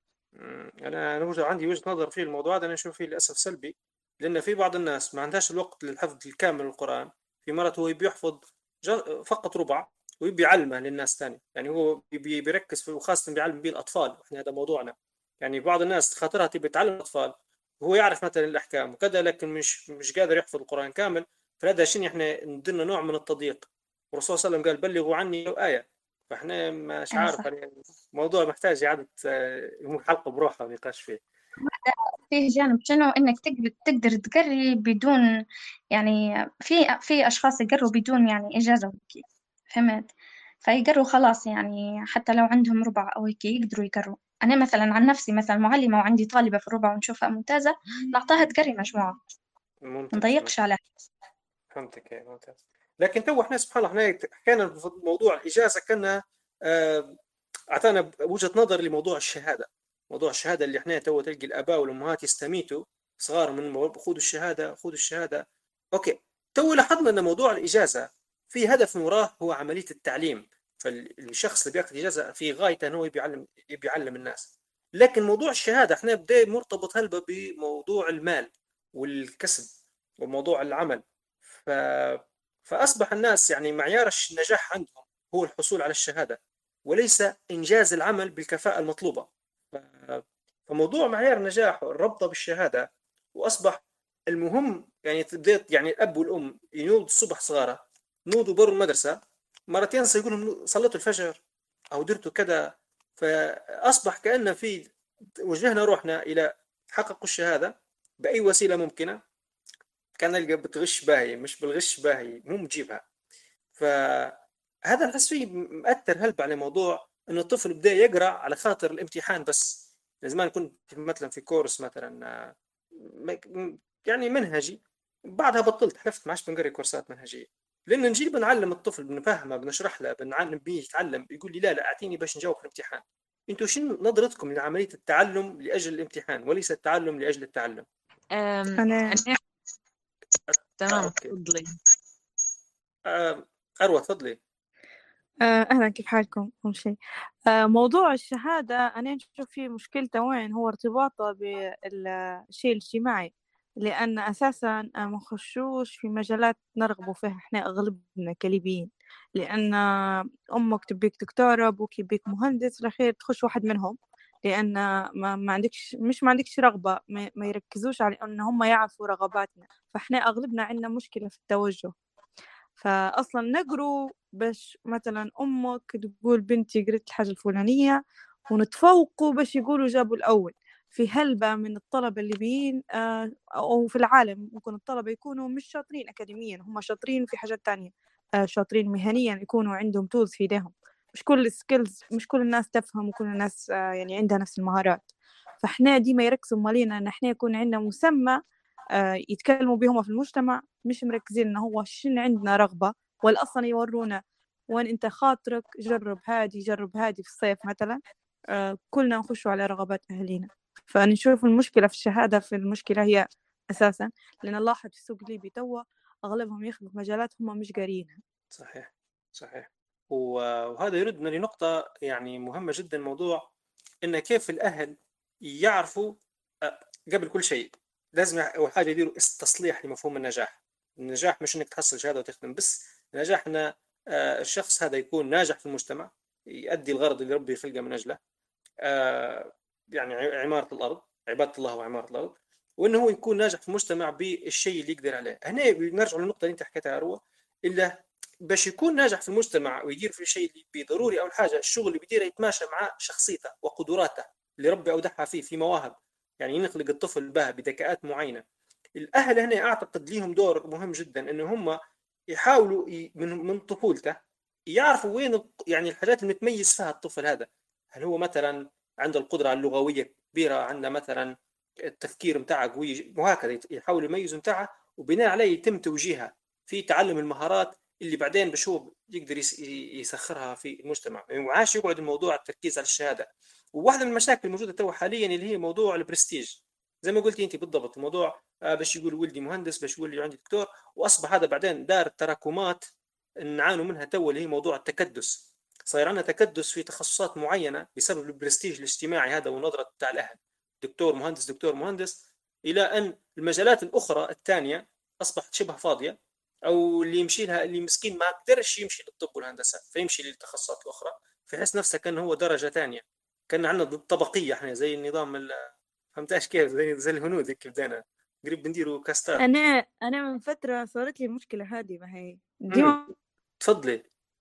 أنا عندي وجهة نظر في الموضوع هذا، أنا أشوف فيه للأسف سلبي، لأن في بعض الناس ما عندهاش الوقت للحفظ الكامل للقرآن. في مرات هو يبي يحفظ فقط ربع ويبي يعلمه للناس ثاني، يعني هو بيركز في، وخاصة بيعلم به الأطفال، إحنا هذا موضوعنا. يعني بعض الناس خاطرها تبي تعلم الأطفال وهو يعرف مثلا الأحكام وكذا، لكن مش قادر يحفظ القرآن كامل. فهذا شيء إحنا ندينا نوع من التضييق. والرسول صلى الله عليه وسلم قال بلغوا عني لو آية. فإحنا مش عارف صح. يعني الموضوع محتاج إعادة حلقة بروحها ونقاش فيه. فيه جانب شنو إنك تقدر تقري بدون يعني في أشخاص يقروا بدون يعني إجازة وهيك، فهمت؟ فيقروا خلاص يعني حتى لو عندهم ربع أو هيك يقدروا يقروا. أنا مثلا عن نفسي مثلا معلمة وعندي طالبة في الربع ونشوفها ممتازة، نعطاها تقري مجموعة، ما ممتاز نضيقش عليها. فهمتك يا ممتاز. لكن تو احنا سبحان الله احنا احيانا في موضوع الاجازه كنا اعطانا وجهه نظر لموضوع الشهاده. موضوع الشهاده اللي احنا تو تلقي الاباء والامهات يستميتوا صغار من خذوا الشهاده. اوكي، تو لاحظنا ان موضوع الاجازه في هدف من وراه هو عمليه التعليم. فالشخص اللي بياخذ اجازه في غايته انه يبي يعلم الناس. لكن موضوع الشهاده احنا بدا مرتبط هلبة بموضوع المال والكسب وموضوع العمل. ف... فأصبح الناس يعني معيار النجاح عندهم هو الحصول على الشهادة وليس إنجاز العمل بالكفاءة المطلوبة. ف... فموضوع معيار النجاح الربطة بالشهادة، وأصبح المهم يعني بديت يعني الأب والأم ينوضوا الصبح صغارة، نوضوا بروا المدرسة مرتين يقول لهم صليتوا الفجر أو درتوا كذا. فأصبح كأن في وجهنا روحنا إلى حققوا الشهادة بأي وسيلة ممكنة. كان نلقى بتغش باهي، مش بالغش باهي مو مجيبها. فهذا نحس فيه مأثر هلب على موضوع انه الطفل بدا يقرا على خاطر الامتحان بس. زمان كنت مثلا في كورس مثلا يعني منهجي، بعدها بطلت حلفت ما عادش بنقري كورسات منهجيه، لان نجيب نعلم الطفل بنفهمه بنشرح له بنعلم بيه يتعلم، يقول لي لا اعطيني باش نجاوب في الامتحان. انتوا شنو نظرتكم لعمليه التعلم لاجل الامتحان وليس التعلم لاجل التعلم؟ أنا تمام اوكي. تفضلي. اروى تفضلي. أهلا، كيف حالكم؟ أول شيء موضوع الشهادة أنا نشوف فيه مشكلته وين هو ارتباطه بالشيء الاجتماعي، لأن أساسا ما نخشوش في مجالات نرغبوا فيها إحنا أغلبنا كليبيين، لأن أمك تبيك دكتورة، أبوك يبيك مهندس، الأخير تخش واحد منهم، لأن ما عندكش ما عندكش رغبة، ما يركزوش على أن هم يعرفوا رغباتنا، فإحنا أغلبنا عندنا مشكلة في التوجه. فأصلا نقروا باش مثلا أمك تقول بنتي قريت الحاجة الفلانية، ونتفوقوا باش يقولوا جابوا الأول. في هلبة من الطلبة الليبيين أو في العالم ممكن الطلبة يكونوا مش شاطرين أكاديميا، هم شاطرين في حاجات تانية، شاطرين مهنيا يكونوا عندهم تولز في ايديهم. مش كل السكيلز، مش كل الناس تفهم وكل الناس يعني عندها نفس المهارات. فاحنا ديما يركزوا مالينا ان احنا يكون عندنا مسمى يتكلموا بهم في المجتمع، مش مركزين ان هو شن عندنا رغبة، ولا اصلا يورونا وين انت خاطرك جرب هادي جرب هادي في الصيف مثلا. كلنا نخشوا على رغبات اهالينا. فنشوف المشكلة في الشهادة، في المشكلة هي اساسا لان نلاحظ في السوق الليبي توا اغلبهم يخدموا في مجالات هم مش قاريينها. صحيح صحيح. وهذا يردنا لنقطة يعني مهمة جدا، موضوع إن كيف الأهل يعرفوا قبل كل شيء لازم أول حاجة يديروا تصليح لمفهوم النجاح. النجاح مش إنك تحصل شهادة وتخدم بس، النجاح إن الشخص هذا يكون ناجح في المجتمع، يؤدي الغرض اللي ربي خلقه من أجله، يعني عمارة الأرض، عبادة الله وعمارة الأرض، وإنه هو يكون ناجح في المجتمع بالشيء اللي يقدر عليه. هنا بنرجع للنقطة اللي أنت حكيتها يا روى، إلا باش يكون ناجح في المجتمع ويدير في الشيء اللي بضروري أول حاجة الشغل اللي بيديره يتماشى مع شخصيته وقدراته اللي ربي أودعها فيه في مواهب، يعني يخلق الطفل به بذكاءات معينة. الأهل هنا أعتقد ليهم دور مهم جدا، إن هم يحاولوا من طفولته يعرفوا وين يعني الحاجات اللي متميز فيها الطفل هذا. هل هو مثلا عنده القدرة اللغوية كبيرة، عنده مثلا التفكير متاعه قوي، وهكذا يحاول يميز متاعه، وبناء عليه يتم توجيهها في تعلم المهارات اللي بعدين بشوف يقدر يسخرها في المجتمع. وعاش يقعد الموضوع التركيز على الشهادة. وواحدة من المشاكل الموجودة تو حاليا اللي هي موضوع البرستيج، زي ما قلتي انت بالضبط، الموضوع باش يقول ولدي مهندس، باش يقول لي عندي دكتور، واصبح هذا بعدين دار تراكمات نعانوا منها تو، اللي هي موضوع التكدس. صاير عندنا تكدس في تخصصات معينة بسبب البرستيج الاجتماعي هذا والنظرة بتاع الأهل، دكتور مهندس دكتور مهندس، إلى أن المجالات الأخرى الثانية أصبحت شبه فاضية، أو اللي يمشي لها اللي مسكين ما قدرش يمشي للطب والهندسة فيمشي للتخصصات الأخرى، فيحس نفسه كان هو درجة ثانية. كان عندنا طبقية احنا زي النظام فهمتاش كيف، زي الهنود هيك بدينا قريب بنديروا كاستات. انا من فتره صارت لي المشكله هذه، ما هي ديما تفضلي.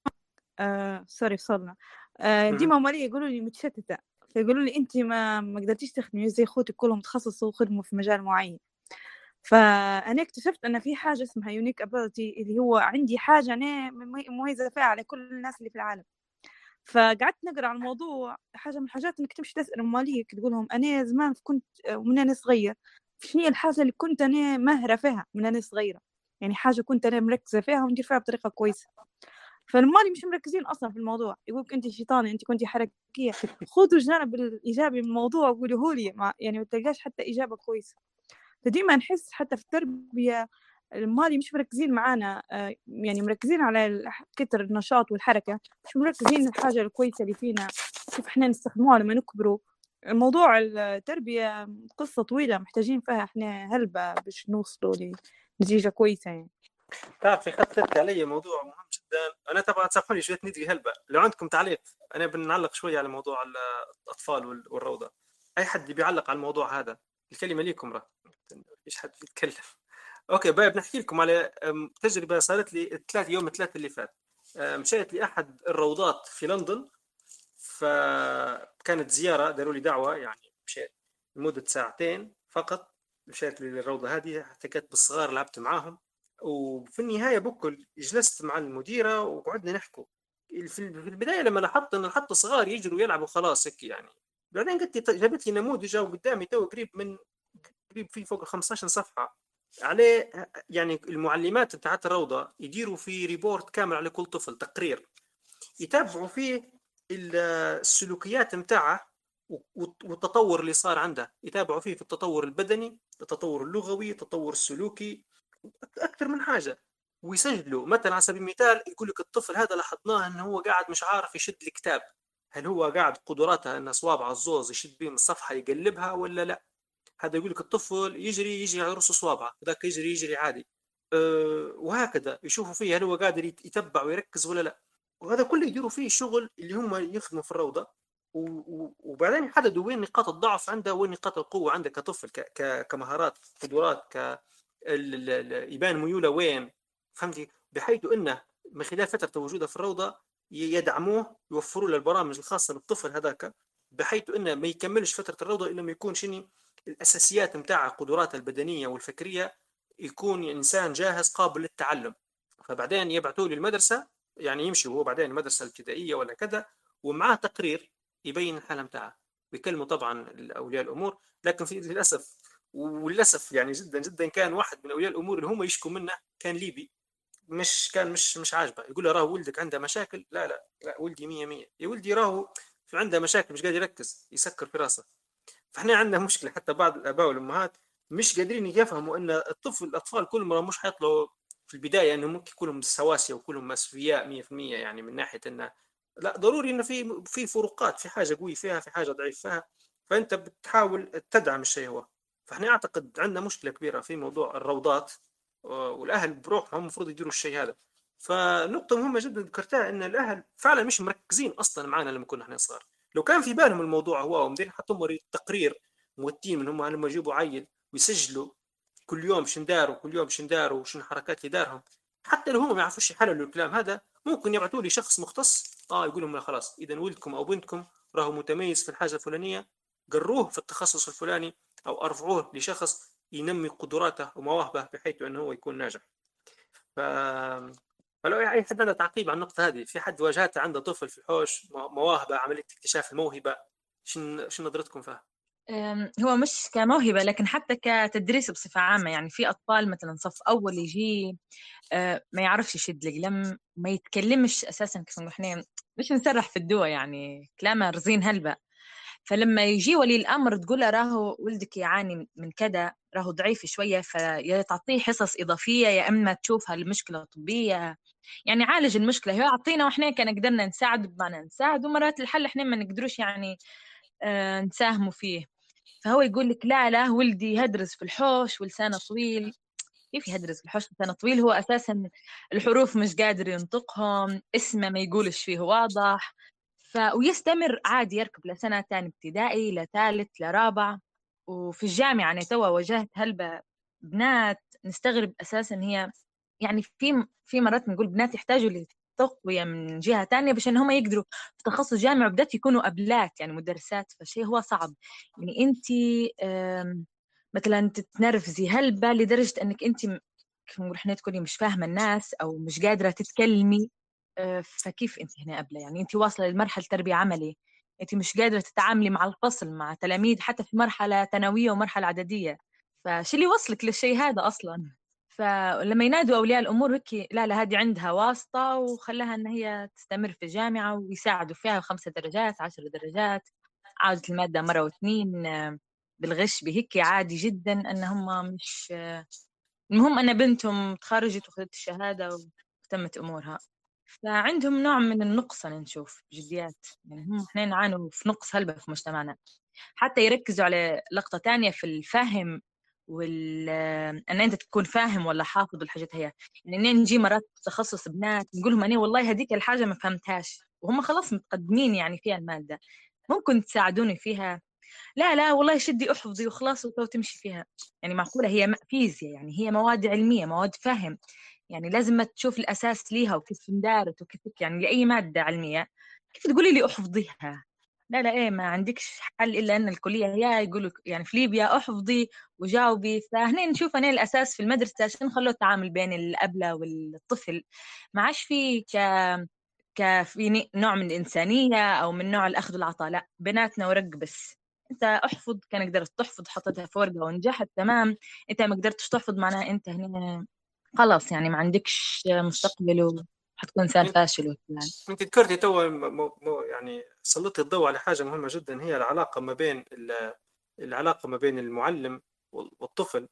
سوري فصلنا. ديما مالي يقولوا لي متشتته، فيقولوا لي انت ما قدرتيش تخدمي زي اخوتك كلهم تخصصوا وخدموا في مجال معين. فانا اكتشفت ان في حاجه اسمها يونيك ابيلتي، اللي هو عندي حاجه انا مميزه فيها على كل الناس اللي في العالم. فقعدت نقرا على الموضوع. حاجه من الحاجات انك تمشي تسال ماليك تقول لهم انا زمان كنت من انا صغير شنو هي الحاجه اللي كنت انا ماهره فيها من انا صغيره، يعني حاجه كنت انا مركزه فيها وندير فيها بطريقه كويسه. فالمالي مش مركزين اصلا في الموضوع، يقولك انت شيطانه، انت كنتي حركيه. خذوا الجانب الايجابي من الموضوع وقولوه لي، يعني ما تلقاش حتى اجابه كويسه. فديما نحس حتى في التربيه المالي مش مركزين معانا، يعني مركزين على كتر النشاط والحركه، مش مركزين الحاجه الكويسه اللي فينا كيف احنا نستخدموها لما نكبروا. الموضوع التربيه قصه طويله محتاجين فيها احنا هلبة باش نوصلوا لنتيجه كويسه يعني. تعرفي خطرت علي موضوع مهم جدا، انا طبعا تسامحوني شويه ندقي هلبة، لو عندكم تعليق انا بنعلق شويه على موضوع الاطفال والروضه. اي حد بيعلق على الموضوع هذا الكلمه ليكم، راه مفيش حد يتكلم. اوكي بقى بنحكي لكم على تجربه صارت لي يوم الثلاث اللي فات. مشيت لاحد الروضات في لندن، فكانت زياره، داروا لي دعوه يعني، مشيت لمده ساعتين فقط. مشيت للروضه هذه، احتكيت بالصغار، لعبت معاهم، وفي النهايه بكل جلست مع المديره وقعدنا نحكوا. في البدايه لما لاحظت ان الحط صغار يجروا يلعبوا خلاص هيك يعني، بعدين قلت جابت لي نموذج جاو قدامي تو قريب في فوق 15 صفحه عليه، يعني المعلمات بتاعت الروضه يديروا في ريبورت كامل على كل طفل، تقرير يتابعوا فيه السلوكيات متاعه والتطور اللي صار عنده، يتابعوا فيه في التطور البدني، التطور اللغوي، التطور السلوكي، اكثر من حاجه. ويسجلوا مثلا على سبيل المثال يقول لك الطفل هذا لاحظناه انه هو قاعد مش عارف يشد الكتاب، هل هو قاعد قدراته ان صوابعه الزوز يشد بهم الصفحه يقلبها ولا لا؟ هذا يقول لك الطفل يجري على رؤوس صوابعه، ذاك يجري عادي، وهكذا يشوفوا فيه هل هو قادر يتبع ويركز ولا لا. وهذا كله يديروا فيه الشغل اللي هم يخدموا في الروضه، وبعدين يحددوا وين نقاط الضعف عنده وين نقاط القوه عنده كطفل، كمهارات، قدرات، يبان ميوله وين، فهمتي؟ بحيث انه من خلال فتره وجوده في الروضه يدعموه، يوفروا له البرامج الخاصه بالطفل هذاك، بحيث انه ما يكملش فتره الروضه الا ما يكون شنو الاساسيات متاع قدراته البدنيه والفكريه، يكون انسان جاهز قابل للتعلم. فبعدين يبعثوا لي المدرسه، يعني يمشي هو بعدين المدرسه الابتدائيه ولا كذا، ومعاه تقرير يبين الحاله متاعه، بيكلموا طبعا اولياء الامور. لكن في للاسف، وللاسف يعني جدا جدا، كان واحد من اولياء الامور اللي هم يشكوا منه كان ليبي، مش عاجبه، يقول له راه ولدك عنده مشاكل، لا لا لا، ولدي 100 يا ولدي راه في عنده مشاكل، مش قادر يركز، يسكر في راسه. فاحنا عندنا مشكله، حتى بعض الاباء والامهات مش قادرين يفهموا ان الاطفال كلهم مش حيطلعوا في البدايه انهم ممكن كلهم سواسيه وكلهم مسوياء 100%، يعني من ناحيه انه لا، ضروري انه في فروقات، في حاجه قوي فيها، في حاجه ضعيف فيها، فانت بتحاول تدعم الشيء هو. فاحنا اعتقد عندنا مشكله كبيره في موضوع الروضات، والاهل بروحهم المفروض يديروا الشيء هذا. فنقطه مهمه جدا ذكرتها، ان الاهل فعلا مش مركزين اصلا معنا لما كنا احنا صغار. لو كان في بالهم الموضوع هو ومدير حطوا تقرير موتين من هم لما يجيبوا عيل ويسجلوا كل يوم شن داروا، كل يوم شن داروا وشن الحركات اللي دارهم، حتى لو هم ما يعرفوش يحللوا الكلام هذا، ممكن يبعثوا لي شخص مختص يقول لهم خلاص اذا ولدكم او بنتكم راهو متميز في الحاجه الفلانيه، قروه في التخصص الفلاني او ارفعوه لشخص ينمي قدراته ومواهبه بحيث انه هو يكون ناجح. ف فلو اي حد عنده تعقيب على النقطه هذه، في حد واجهته عنده طفل في الحوش مواهبه، عمليه اكتشاف الموهبه، شن نظرتكم فيها؟ هو مش كموهبة لكن حتى كتدريس بصفة عامة. يعني في أطفال مثلا صف أول يجي ما يعرفش يشد القلم، ما يتكلمش أساسا، كيف نحن مش نسرح في الدواء يعني كلامه رزين هلبة. فلما يجي ولي الأمر تقول له راهو ولدك يعاني من كذا، راهو ضعيف شوية، فيا تعطيه حصص إضافية يا إما تشوفها المشكلة طبية، يعني عالج المشكلة. هو أعطينا وإحنا كان قدرنا نساعد بمعنى نساعد، ومرات الحل إحنا ما نقدروش يعني نساهموا فيه. فهو يقول لك لا لا ولدي يهدرس في الحوش ولسانه طويل. كيف يهدرس في الحوش لسانه طويل؟ هو أساسا الحروف مش قادر ينطقهم، اسمه ما يقولش فيه واضح. ويستمر عادي يركب لسنة تاني ابتدائي لثالث لرابع. وفي الجامعة أنا توا واجهت هلبة بنات نستغرب أساسا، هي يعني في مرات نقول بنات يحتاجوا لتقوية من جهة تانية باش إن هم يقدروا في تخصص جامعي، وبدات يكونوا أبلات يعني مدرسات. فالشيء هو صعب. يعني أنت مثلا تتنرفزي هلبة لدرجة أنك أنت كيف نقول احنا تكوني مش فاهمة الناس أو مش قادرة تتكلمي. فكيف أنت هنا أبلة؟ يعني أنت واصلة لمرحلة تربية عملي، أنت مش قادرة تتعاملي مع الفصل مع تلاميذ حتى في مرحلة ثانوية ومرحلة إعدادية. فشو اللي وصلك للشيء هذا أصلا؟ فلما ينادوا أولياء الأمور هيك، لا لا هذه عندها واسطة وخلاها أن هي تستمر في الجامعة، ويساعدوا فيها 5 درجات 10 درجات، عادة المادة مرة واثنين بالغش بهيك عادي جدا. أن هم مش المهم أن بنتهم تخرجت وخذت الشهادة وتمت أمورها. فعندهم نوع من النقص، أنا نشوف بجديات. يعني هم إحنا نعانوا في نقص هلبة في مجتمعنا. حتى يركزوا على لقطة تانية في الفهم أن أنت تكون فاهم ولا حافظ الحاجات هي. يعني نجي مرات تخصص بنات نقول لهم أنا والله هذيك الحاجة ما فهمتهاش، وهم خلاص متقدمين يعني فيها المادة، ممكن تساعدوني فيها؟ لا لا والله شدي احفظي وخلاص وتمشي فيها. يعني معقولة هي فيزياء، يعني هي مواد علمية مواد فهم، يعني لازم تشوف الأساس ليها وكيف اندارت وكيف يعني لأي مادة علمية. كيف تقولي لي احفظيها؟ لا لا ايه، ما عندكش حل إلا أن الكلية هي يقولوا يعني في ليبيا احفظي وجاوبي. فهنا نشوف أنا الأساس في المدرسة عشان نخلوا التعامل بين الأبلة والطفل ما عادش في في نوع من الإنسانية أو من نوع الأخذ والعطاء. لا بناتنا ورق بس. انت احفظ، كان قدرت تحفظ حطيتها في ورقه ونجحت تمام. انت ما قدرتش تحفظ معناها انت هنا خلاص يعني ما عندكش مستقبل وحتكون انسان فاشل يعني. انت ذكرتي تو يعني سلطت الضوء على حاجه مهمه جدا، هي العلاقه ما بين المعلم والطفل.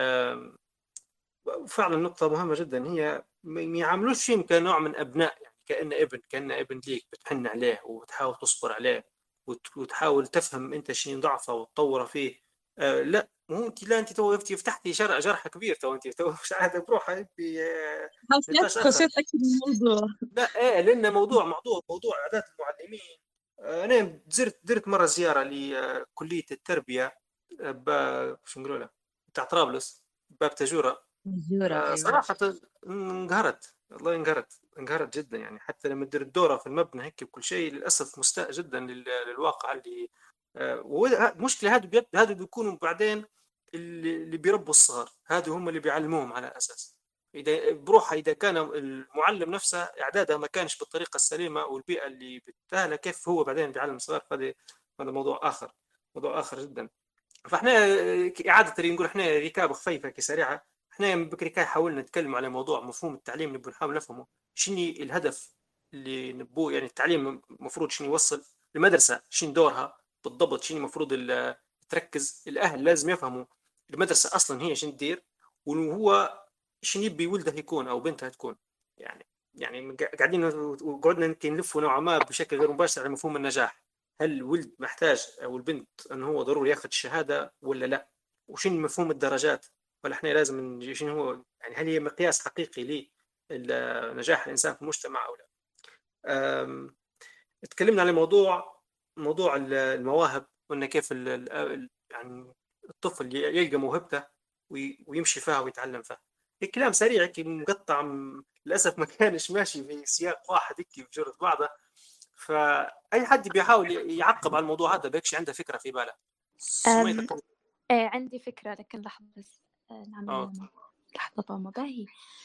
فعلا نقطه مهمه جدا، هي ما يعاملوش فيهم كنوع من ابناء، يعني كأنه ابن ليك بتحن عليه وتحاول تصبر عليه وتحاول تفهم انت شيء ضعفه وتطوره فيه. لا مو انت، لا انت تو فتحتي جرح كبير، انت مش قاعده بروحها في نقاش اخر. خشيت اكثر من الموضوع. لا لان موضوع عادات المعلمين. انا درت مره زياره لكليه التربيه شو نقولوا لها بتاع طرابلس، باب تجوره. صراحه انقهرت، والله انقهرت جدا. يعني حتى لما تدير الدوره في المبنى هيك بكل شيء، للاسف مستاء جدا للواقع اللي المشكله. هذا بيكونوا بعدين اللي بيربوا الصغار، هذا هم اللي بيعلموهم على اساس. إذا بروحها إذا كان المعلم نفسه إعدادها ما كانش بالطريقة السليمة والبيئة اللي بتأهله، كيف هو بعدين بيعلم الصغار؟ هذا موضوع آخر، موضوع آخر جدا. فإحنا إعادة نقول إحنا ركاب خفيفة كسريعة. إحنا بكري كاي حاولنا نتكلم على موضوع مفهوم التعليم، نبغى نحاول نفهمه شنو الهدف اللي نبوه. يعني التعليم المفروض شنو يوصل، المدرسة شنو دورها بالضبط، شنو المفروض تركز. الأهل لازم يفهموا المدرسة أصلا هي شنو تدير، وهو شنو يبي ولده يكون أو بنتها تكون. يعني قاعدين وقعدنا نلفوا نوعا ما بشكل غير مباشر على مفهوم النجاح. هل الولد محتاج أو البنت أنه هو ضروري ياخذ الشهادة ولا لا؟ وشنو مفهوم الدرجات؟ ولا إحنا لازم شنو هو، يعني هل هي مقياس حقيقي لنجاح الإنسان في المجتمع أو لا؟ تكلمنا على موضوع المواهب، وإن كيف يعني الطفل يلقى موهبته ويمشي فيها ويتعلم فيها. الكلام سريع هيك مقطع، للأسف ما كانش ماشي في سياق واحد هيك بجرد بعضه. فأي حد بيحاول يعقب على الموضوع هذا بيكش عنده فكرة في باله. عندي فكرة، لكن لحظة بس نعمل لحظة طامة باهي.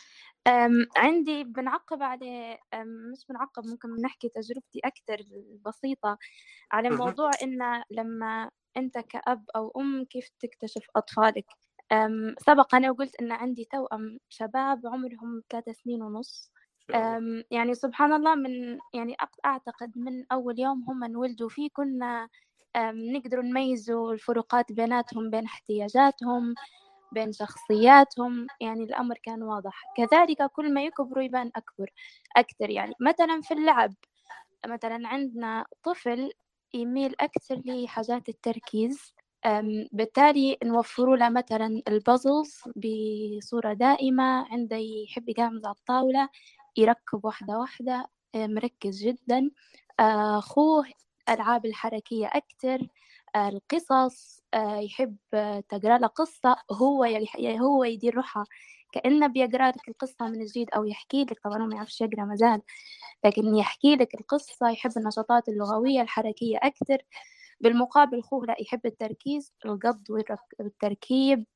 عندي بنعقب على مش بنعقب، ممكن نحكي تجربتي أكتر بسيطة على موضوع إن لما أنت كأب أو أم كيف تكتشف أطفالك. سبق أنا وقلت إن عندي توأم شباب عمرهم 3 سنين ونص. يعني سبحان الله، من يعني أعتقد من أول يوم هم انولدوا فيه كنا نقدر نميزوا الفروقات بيناتهم، بين احتياجاتهم، بين شخصياتهم. يعني الأمر كان واضح. كذلك كل ما يكبروا يبان أكثر. يعني مثلا في اللعب، مثلا عندنا طفل يميل أكثر لحاجات التركيز، بالتالي نوفروا له مثلا البازلز بصورة دائمة، عنده يحب يقامز على الطاولة يركب واحدة واحدة، مركز جدا. أخوه ألعاب الحركية أكثر، القصص، يحب تقرأ له قصة، هو يدير روحها كأنه بيقرأ لك القصة من جديد، أو يحكي لك. طبعا هو ما يعرفش يقرأ مازال، لكن يحكي لك القصة. يحب النشاطات اللغوية الحركية أكثر. بالمقابل أخوه لا، يحب التركيز، القض والتركيب.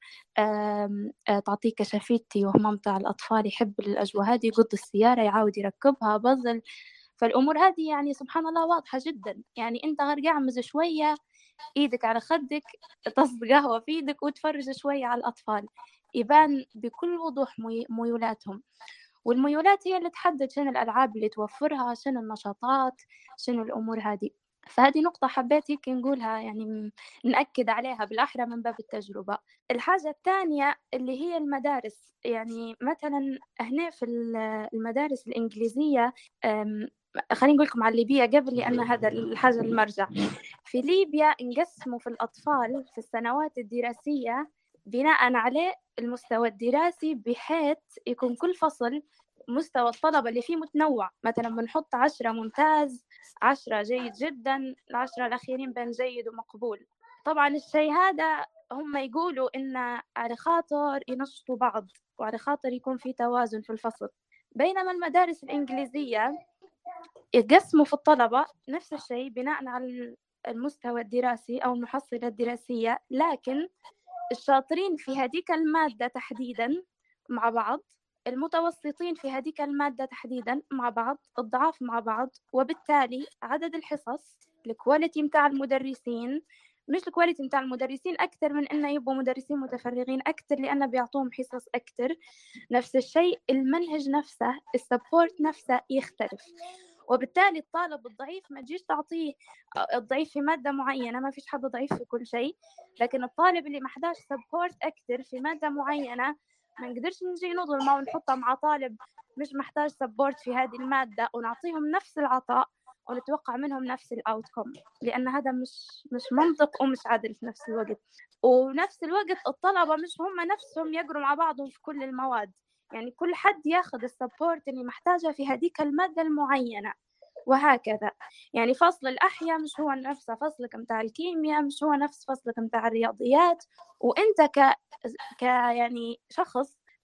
تعطيه كشافتي وهو ممتع. الأطفال يحب الأجواء هذه، يقض السيارة يعاود يركبها بازل. فالأمور هذه يعني سبحان الله واضحة جدا. يعني أنت غير قاعمز شوية إيدك على خدك، تصب قهوة في إيدك وتفرج شوية على الأطفال، يبان بكل وضوح ميولاتهم. والميولات هي اللي تحدد شنو الألعاب اللي توفرها، شنو النشاطات، شنو الأمور هذه. فهذه نقطة حبيت هيك نقولها، يعني نأكد عليها بالأحرى من باب التجربة. الحاجة الثانية اللي هي المدارس. يعني مثلا هنا في المدارس الإنجليزية، خليني نقول لكم على الليبية قبل، لأن هذا الحاجة المرجع. في ليبيا انقسموا في الأطفال في السنوات الدراسية بناء على المستوى الدراسي، بحيث يكون كل فصل مستوى الطلبة اللي فيه متنوع. مثلا بنحط 10 ممتاز، 10 جيد جدا، 10 الأخيرين بين جيد ومقبول. طبعا الشيء هذا هم يقولوا إن على خاطر ينشطوا بعض، وعلى خاطر يكون في توازن في الفصل. بينما المدارس الإنجليزية يقسموا في الطلبة نفس الشيء بناء على المستوى الدراسي أو المحصلة الدراسية، لكن الشاطرين في هذيك المادة تحديدا مع بعض، المتوسطين في هذيك المادة تحديدا مع بعض، الضعاف مع بعض. وبالتالي عدد الحصص، الكواليتي متاع المدرسين، مش الكواليتي متاع المدرسين أكثر من إنه يبقوا مدرسين متفرغين أكثر لأنه بيعطوهم حصص أكثر. نفس الشيء المنهج نفسه، السبورت نفسه يختلف. وبالتالي الطالب الضعيف ما تجيش تعطيه الضعيف في مادة معينة، ما فيش حد ضعيف في كل شيء، لكن الطالب اللي محتاج سبورت أكثر في مادة معينة ما نقدرش نجي نظلمه ونحطه مع طالب مش محتاج سبورت في هذه المادة ونعطيهم نفس العطاء ونتوقع منهم نفس الأوتكم، لأن هذا مش منطق ومش عادل في نفس الوقت. ونفس الوقت الطلبة مش هم نفسهم يقروا مع بعضهم في كل المواد، يعني كل حد ياخذ السبورت اللي محتاجه في هذيك المادة المعينة، وهكذا. يعني فصل الأحياء مش هو نفس فصلك متاع الكيمياء، مش هو نفس فصلك متاع الرياضيات. وأنت يعني شخص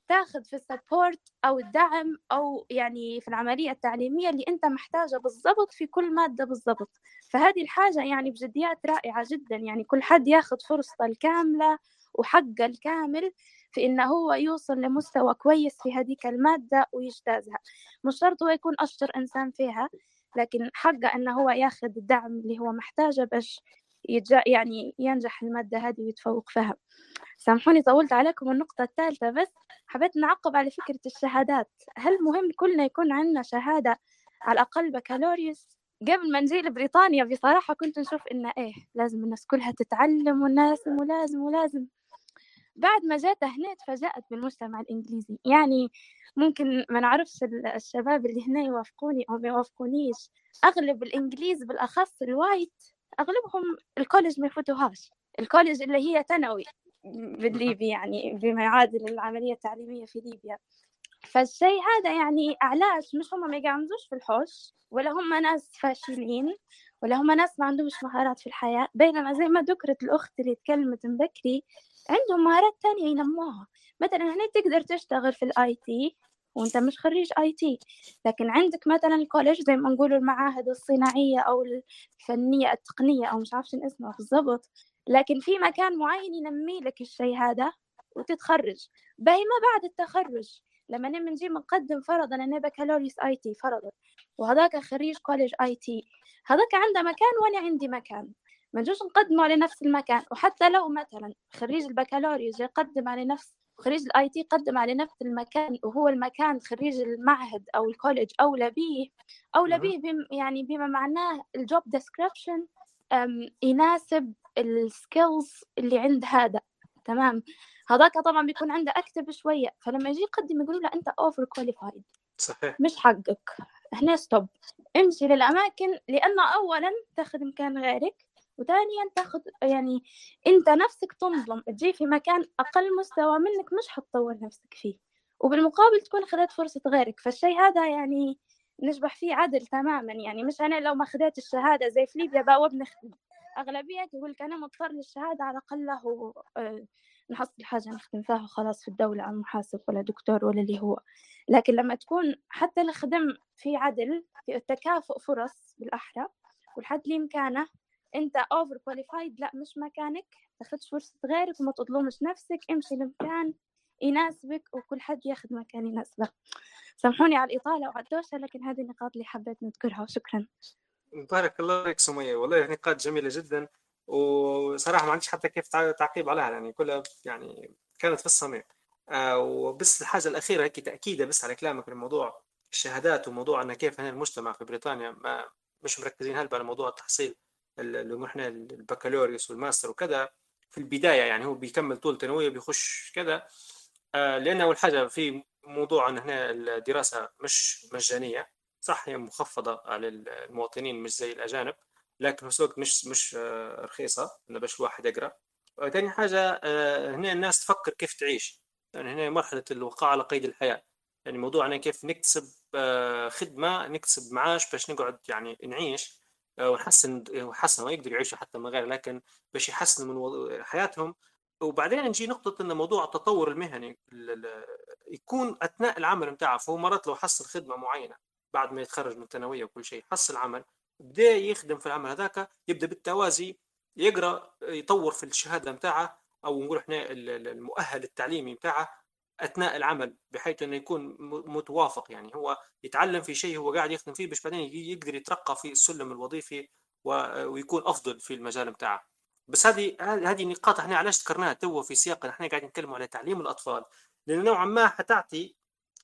تاخذ في السبورت أو الدعم أو يعني في العملية التعليمية اللي أنت محتاجة بالضبط في كل مادة بالضبط. فهذه الحاجة يعني بجديات رائعة جدا، يعني كل حد ياخذ فرصته الكاملة وحقه الكامل في إنه هو يوصل لمستوى كويس في هذيك المادة ويجتازها. مش شرط هو يكون أشطر إنسان فيها، لكن حقه إنه هو ياخذ الدعم اللي هو محتاجه باش يعني ينجح المادة هذه ويتفوق فيها. سامحوني طولت عليكم. النقطة الثالثة بس حبيت نعقب على فكرة الشهادات. هل مهم كلنا يكون عندنا شهادة على الأقل بكالوريوس؟ قبل ما نجي لبريطانيا بصراحة كنت نشوف إنه لازم الناس كلها تتعلم ولازم ولازم ولازم. بعد ما جات هنا تفاجأت بالمجتمع الإنجليزي. يعني ممكن ما نعرفش الشباب اللي هنا يوافقوني أو ما يوافقونيش، أغلب الإنجليز بالأخص الوايت أغلبهم الكوليج ما يفوتوهاش، الكوليج اللي هي ثانوي بالليبي، يعني بما يعادل العملية التعليمية في ليبيا. فالشيء هذا يعني علاش مش هم ما يقعمزوش في الحوش، ولا هم ناس فاشلين، ولا هم ناس ما عندهمش مهارات في الحياة، بينما زي ما ذكرت الأخت اللي تكلمت من بكري عندهم مهارات تانية ينموها. مثلا هنا تقدر تشتغل في الاي تي وانت مش خريج اي تي، لكن عندك مثلا الكوليج زي ما نقولوا المعاهد الصناعية او الفنية التقنية او مش عارفين اسمها بالضبط، لكن في مكان معين ينمي لك الشيء هذا وتتخرج. باهي ما بعد التخرج لما نجي نقدم فرضا انا بكالوريوس اي تي فرضا، وهذاك خريج كوليج اي تي، هذاك عنده مكان وانا عندي مكان، ما نجوش نقدموا على نفس المكان. وحتى لو مثلا خريج البكالوريوس يقدم على نفس خريج الاي تي قدم على نفس المكان، وهو المكان خريج المعهد او الكوليج اولى به يعني بما معناه الجوب ديسكريبشن يناسب السكيلز اللي عند هذا، تمام. هذاك طبعا بيكون عنده اكتب شويه، فلما يجي يقدم يقولوا له انت اوفر كواليفايد، صحيح، مش حقك، هنا ستوب، امشي للاماكن، لانه اولا تاخذ مكان غيرك، وثانيا تاخذ يعني انت نفسك تنظلم، تجي في مكان اقل مستوى منك مش حتطور نفسك فيه، وبالمقابل تكون خذت فرصة غيرك. فالشيء هذا يعني نشبح فيه عدل تماما. يعني مش انا لو ما خذيت الشهادة زي في ليبيا بقى وبنخدم، اغلبية يقول لك انا مضطر للشهادة على الاقل له نحصل حاجة نخدم فيها خلاص في الدولة، عن محاسب ولا دكتور ولا اللي هو. لكن لما تكون حتى الخدم في عدل، في تكافؤ فرص بالأحرى، والحد لي مكانه، انت اوفر كواليفايد لا مش مكانك، تاخدش فرصة غيرك وما تظلمش نفسك، امشي لمكان يناسبك وكل حد ياخذ مكان يناسبه. سامحوني على الإطالة وعلى الدوشة، لكن هذه النقاط اللي حبيت نذكرها، وشكرا. بارك الله فيك سمية، والله نقاط جميلة جدا، وصراحة ما عنديش حتى كيف تعقيب عليها، يعني كلها يعني كانت في الصميم. وبس الحاجة الأخيرة هيك تأكيدة بس على كلامك لموضوع الشهادات، وموضوع أن كيف هنا المجتمع في بريطانيا ما مش مركزين هلبا على موضوع التحصيل اللي احنا البكالوريوس والماستر وكذا في البداية، يعني هو بيكمل طول ثانوية بيخش كذا. لأن أول حاجة في موضوع أن هنا الدراسة مش مجانية، صح هي مخفضة على المواطنين مش زي الأجانب، لكن في نفس الوقت مش رخيصة إنه باش الواحد يقرأ. ثاني حاجة هنا الناس تفكر كيف تعيش، يعني هنا مرحلة الوقاء على قيد الحياة، يعني موضوعنا كيف نكتسب خدمة، نكتسب معاش باش نقعد يعني نعيش ونحسن ويقدر يعيشوا حتى من غير، لكن باش يحسنوا من حياتهم. وبعدين نجي نقطة إن موضوع التطور المهني يكون أثناء العمل متاعه. فهو مرات لو حصل خدمة معينة بعد ما يتخرج من الثانوية وكل شيء، حصل عمل بدأ يخدم في العمل هذاك، يبدأ بالتوازي يقرأ يطور في الشهادة متاعه، أو نقول إحنا المؤهل التعليمي متاعه أثناء العمل، بحيث إنه يكون متوافق، يعني هو يتعلم في شيء هو قاعد يخدم فيه، باش بعدين يقدر يترقى في السلم الوظيفي ويكون أفضل في المجال متاعه. بس هذه نقاط احنا علاش ذكرناها تو في سياق احنا قاعدين نتكلم على تعليم الاطفال، لان نوعا ما حتعطي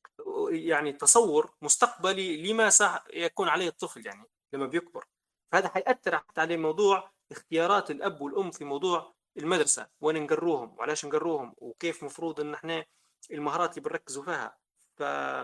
يعني تصور مستقبلي لما سيكون عليه الطفل يعني لما بيكبر. فهذا حيأثر حتى على موضوع اختيارات الاب والام في موضوع المدرسه، وين نقروهم وعلاش نقروهم، وكيف مفروض ان احنا المهارات اللي بنركزوا فيها. ف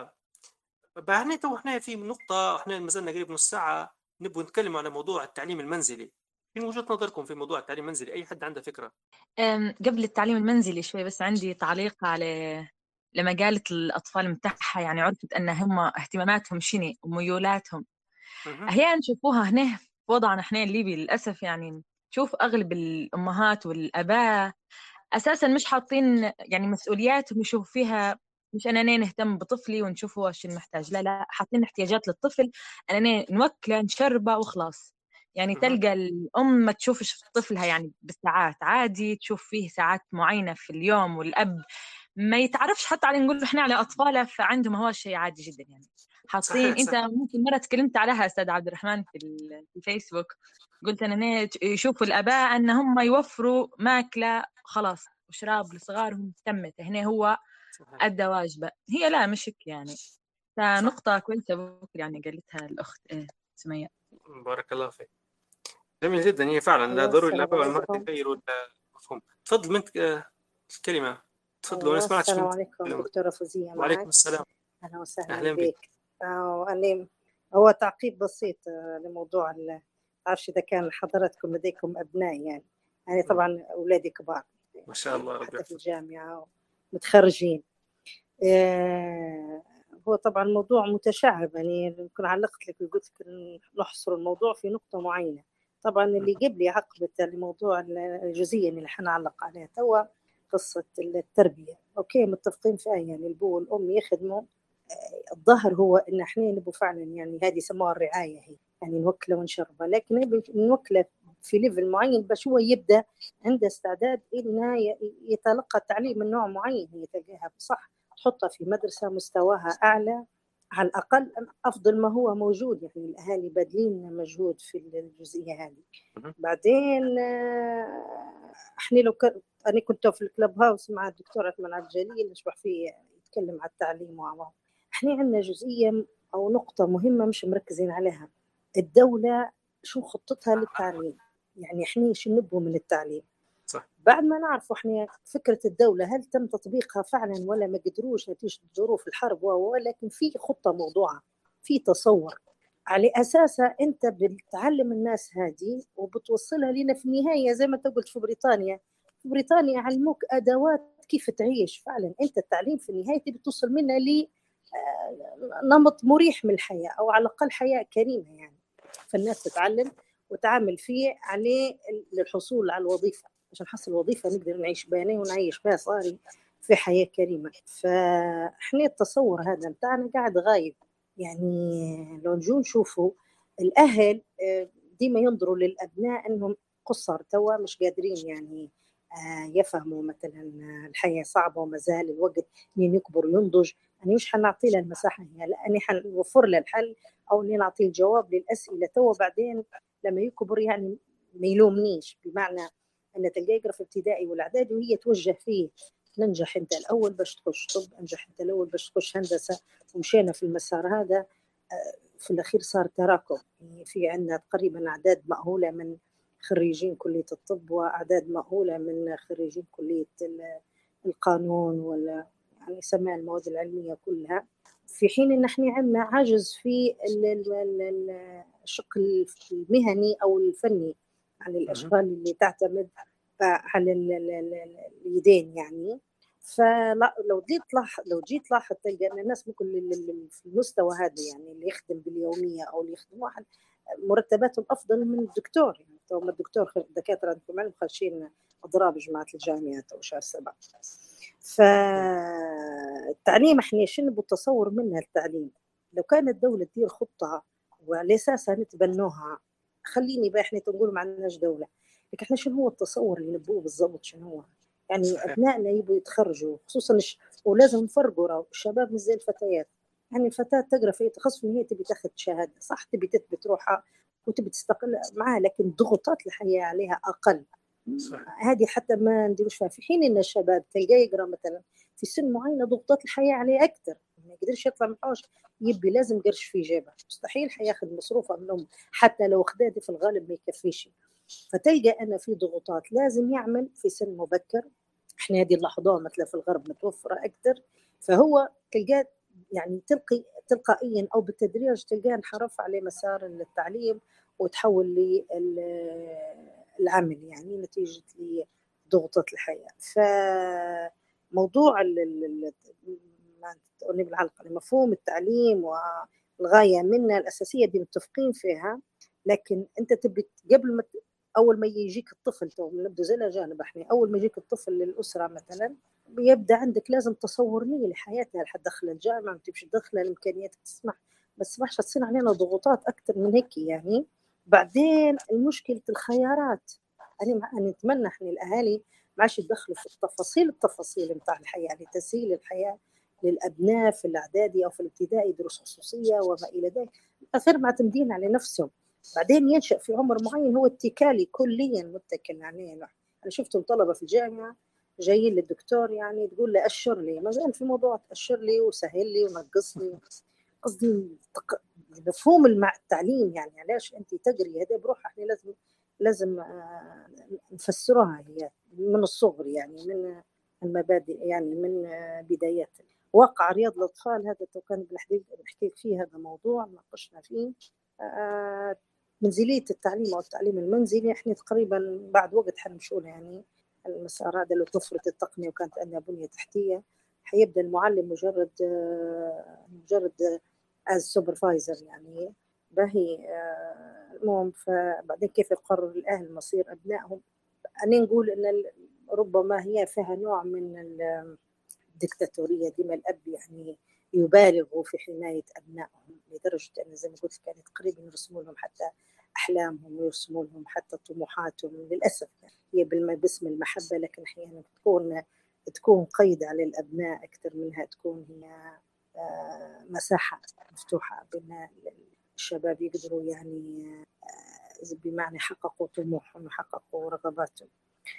بعدين تو احنا في نقطه، احنا ما زلنا قريب نص ساعه نبغى نتكلم على موضوع التعليم المنزلي. من وجهة نظركم في موضوع التعليم المنزلي، أي حد عنده فكرة؟ قبل التعليم المنزلي شوي بس عندي تعليق على لما قالت الأطفال متاعها، يعني عرفت أن هم اهتماماتهم شنو وميولاتهم. أحيانا نشوفوها هنا في وضعنا احنا الليبي للأسف، يعني نشوف أغلب الأمهات والآباء أساسا مش حاطين يعني مسؤولياتهم يشوفوا فيها مش أنا نهتم بطفلي ونشوف هو شو محتاج، لا حاطين احتياجات للطفل، أنا نوكله نشربه وخلاص. يعني تلقى الأم ما تشوفش في طفلها يعني بالساعات، عادي تشوف فيه ساعات معينة في اليوم، والأب ما يتعرفش حتى على نقول إحنا على أطفاله، فعندهم هو شيء عادي جدا يعني. حاطين صحيح. أنت ممكن مرة تكلمت عليها أستاذ عبد الرحمن في الفيسبوك، قلت أنا يشوفوا الآباء أن هم يوفروا ماكلة خلاص وشراب لصغارهم، تمت هنا هو أدى واجبه. هي لا مشك يعني، فنقطة كويسة بكر يعني قالتها الأخت سمية. بارك الله فيك. جميل جدا. هي فعلا لا ضروري الآباء والأمهات يغيروا المفهوم. تفضل بنت الكلمة، تفضلوا. أنا سمعت السلام عليكم دكتورة فوزية معك. وعليكم السلام. أهلا وسهلا أهلا بك. هو تعقيب بسيط لموضوع عارفش إذا كان حضراتكم لديكم أبناء يعني طبعا أولادي كبار ما شاء الله، حتى في الجامعة متخرجين. هو طبعا موضوع متشعب، يعني يمكن علقت لك وقلت لك نحصر الموضوع في نقطة معينة. طبعا اللي قبلي عقبت الموضوع الجزئية اللي حنعلق عليها توا، قصة التربية. أوكي متفقين فيها، يعني الأبو والأم يخدموا. الظاهر هو إن إحنا نبو فعلا يعني هذه يسموها الرعاية، هي يعني نوكله ونشربه، لكن نوكله في ليفل معين باش هو يبدأ عنده استعداد إنه يتلقى تعليم من نوع معين. هي تلقاها صح تحطها في مدرسة مستواها أعلى على الأقل، أفضل ما هو موجود. يعني الأهالي بادلين مجهود في الجزئية هذه. بعدين إحنا لو أنا كنت في الكلاب هاوس مع الدكتور عثمان عبد الجليل نشرح فيه يتكلم عن التعليم إحنا عندنا جزئية أو نقطة مهمة مش مركزين عليها. الدولة شو خطتها للتعليم؟ يعني إحنا شو نبغى من التعليم؟ صح. بعد ما نعرف إحنا فكرة الدولة هل تم تطبيقها فعلا ولا ما قدروش نتيجة ظروف الحرب، ولكن في خطة موضوعة، في تصور على أساسها أنت بتعلم الناس هذه وبتوصلها لنا في النهاية. زي ما أنت قلت في بريطانيا يعلموك أدوات كيف تعيش. فعلا أنت التعليم في النهاية بتوصل منه نمط مريح من الحياة، أو على الأقل حياة كريمة يعني. فالناس تتعلم وتعامل فيه عليه للحصول على الوظيفة، عشان نحصل وظيفة نقدر نعيش بها ونعيش بها صاري في حياة كريمة. فإحنا التصور هذا متاعنا قاعد غايب. يعني لو نجو نشوفوا الأهل ديما ينظروا للأبناء أنهم قصر توا مش قادرين يعني يفهموا مثلا الحياة صعبة وما زال الوقت من يكبر وينضج. يعني مش حنعطي له المساحة هي، لا أنا حنوفر له الحل أو إني نعطيه الجواب للأسئلة توا. بعدين لما يكبر يعني ما يلومنيش، بمعنى أن تلقاه يقرأ في ابتدائي والإعدادي وهي توجه فيه ننجح أنت الأول باش تخش طب، انجح أنت الأول باش تخش هندسة، ومشينا في المسار هذا. في الأخير صار تراكم. في عندنا تقريبا أعداد مأهولة من خريجين كلية الطب، وأعداد مأهولة من خريجين كلية القانون ولا يعني سماع المواد العلمية كلها، في حين إن إحنا عندنا عجز في الشق المهني أو الفني على الأشغال اللي تعتمد على اليدين يعني. فلو جيت لاحظ تلقى ان الناس ممكن في المستوى هذا يعني اللي يخدم باليوميه او اللي يخدم واحد مرتباتهم افضل من الدكتور. يعني تو الدكتور الدكاتره عندكم علم خاشين اضراب جماعه الجامعات او شهر 7. فالتعليم احنا شنو بالتصور منها التعليم؟ لو كانت الدوله تدير خطه وعلى اساسها نتبنوها، خليني بقى احنا تقول ما عندناش دوله، لكن احنا شنو هو التصور اللي نبوه بالضبط؟ شنو هو يعني صحيح. أبنائنا يبوا يتخرجوا خصوصا ولازم نفرقوا الشباب مش زي الفتيات. يعني الفتاة تقرأ في تخصص إن هي تبي تاخذ شهادة صح، تبي تثبت روحها وتبي تستقل معها، لكن ضغوطات الحياة عليها أقل. هذه حتى ما نديروش فيها، في حين إن الشباب تلقاه يقرأ مثلا في سن معينة ضغوطات الحياة عليه أكثر، ما يقدرش يطلع من الحوش، يبي لازم قرش في جيبه، مستحيل حياخذ مصروفه منهم، حتى لو خداده في الغالب ما يكفيش. فتلقى أنا في ضغوطات لازم يعمل في سن مبكر. احنا هذه اللحظات مثلا في الغرب متوفرة أكثر، فهو تلقاه يعني تلقائيا أو بالتدريج تلقاه انحرف على مسار التعليم وتحول للعمل يعني نتيجة لضغوطات الحياة. فموضوع مفهوم التعليم والغاية منه الأساسية دي متفقين فيها، لكن أنت تبي قبل ما أول ما يجيك الطفل، تو نبدأ زي الأجانب، إحنا أول ما يجيك الطفل للأسرة مثلا يبدا عندك لازم تصور نية لحياتها لحد دخل الجامعه، ما تمشي داخله الامكانيات تسمح، بس ما تصير علينا ضغوطات اكثر من هيك يعني. بعدين المشكله الخيارات، انا نتمنى احنا الاهالي ما عادش يدخلوا في التفاصيل نتاع الحياه، يعني تسهيل الحياه للابناء في الاعدادي او في الابتدائي، دروس خصوصيه وما الى ذلك، غير معتمدين على نفسهم. بعدين ينشأ في عمر معين هو اتكالي كليا متكل عليه. انا شفتهم طلبه في الجامعه جايين للدكتور يعني تقول له اشر لي، ما زال في موضوع اشر لي وسهل لي ونقص لي. قصدي مفهوم التعليم، يعني علاش انت تقري هذا بروحه، احنا لازم نفسرها هي من الصغر، يعني من المبادئ، يعني من بدايات واقع رياض الاطفال. هذا كان بنحكي فيه، هذا موضوع ناقشنا فيه. منزليه التعليم او التعليم المنزلي، احنا تقريبا بعد وقت حنمشوا له، يعني المسار هذا لو توفرت التقنيه وكانت عندنا بنيه تحتيه، حيبدا المعلم مجرد از سوبرفايزر يعني باهي. المهم فبعدين كيف يقرر الاهل مصير ابنائهم؟ انا نقول ان ربما هي فيها نوع من الدكتاتوريه، ديما الاب يعني يبالغ في حمايه ابنائهم لدرجه ان زي ما قلت كانت تقريبا يرسموا لهم حتى احلامهم ويرسموا لهم حتى طموحاتهم. للاسف هي باسم المحبه، لكن احيانا تكون قيد على الابناء اكثر منها تكون هي مساحه مفتوحه بين الشباب يقدروا يعني بمعنى يحققوا طموحهم ويحققوا رغباتهم.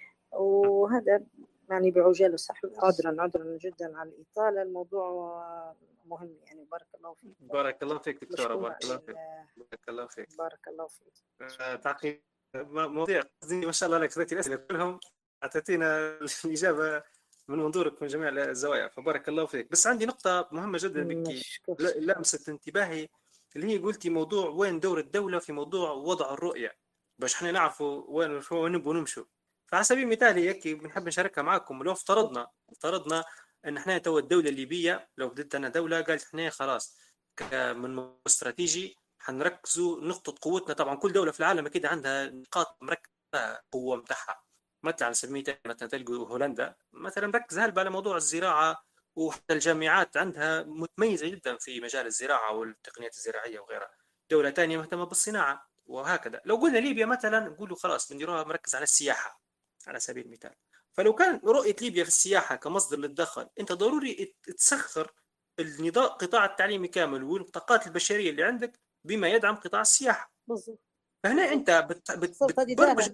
وهذا يعني بعجاله عذرا جدا على الإطالة، الموضوع مهم يعني. بارك الله فيك. بارك الله فيك دكتورة، بارك الله فيك. بارك الله فيك. بارك الله فيك. تعقيب مواضيع قصدي ما شاء الله عليك، خذيتي الأسئلة كلهم أعطيتينا الإجابة من منظورك من جميع الزوايا، فبارك الله فيك. بس عندي نقطة مهمة جدا بك لمست انتباهي، اللي هي قلتي موضوع وين دور الدولة في موضوع وضع الرؤية باش احنا نعرفوا وين نبغوا نمشوا. فعلى سبيل المثال هيك بنحب نشاركها معكم. لو افترضنا ان احنا تو الدولة الليبية، لو بدت انا دولة قالت احنا خلاص من استراتيجي حنركزوا نقطة قوتنا. طبعا كل دولة في العالم اكيد عندها نقاط مركزة قوة متاعها. مثلا على سبيل المثال مثلا تلقوا هولندا مثلا مركزة هلبة على موضوع الزراعة، وحتى الجامعات عندها متميزة جدا في مجال الزراعة والتقنيات الزراعية وغيرها. دولة تانية مهتمة بالصناعة وهكذا. لو قلنا ليبيا مثلا نقولوا خلاص بنديروها مركز على السياحة على سبيل المثال. فلو كان رؤية ليبيا في السياحة كمصدر للدخل، انت ضروري تسخر النظام قطاع التعليمي كامل والطاقات البشرية اللي عندك بما يدعم قطاع السياحة. بالضبط. فهنا انت بتبرمج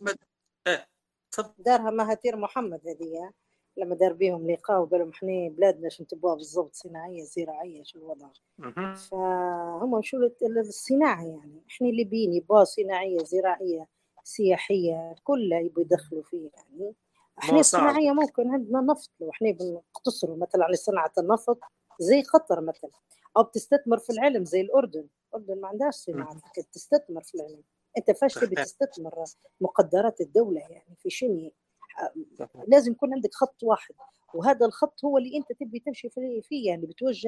دارها مهاتير محمد هذه لما دار بيهم لقاء وقالوا احنا بلادنا شو تبغى بالضبط، صناعيه زراعيه شو الوضع. فهم شو الصناعه يعني احنا الليبيين يبغى صناعيه زراعيه سياحيه كلها يبغوا يدخلوا فيه. يعني احنا الصناعيه ممكن عندنا نفط، لو احنا بنقتصروا مثلا على صناعه النفط زي قطر مثلا، او بتستثمر في العلم زي الاردن ما عندهاش صناعه تستثمر في العلم. انت فاش تبي تستثمر مقدرات الدوله يعني في شنو؟ لازم يكون عندك خط واحد، وهذا الخط هو اللي انت تبي تمشي فيه يعني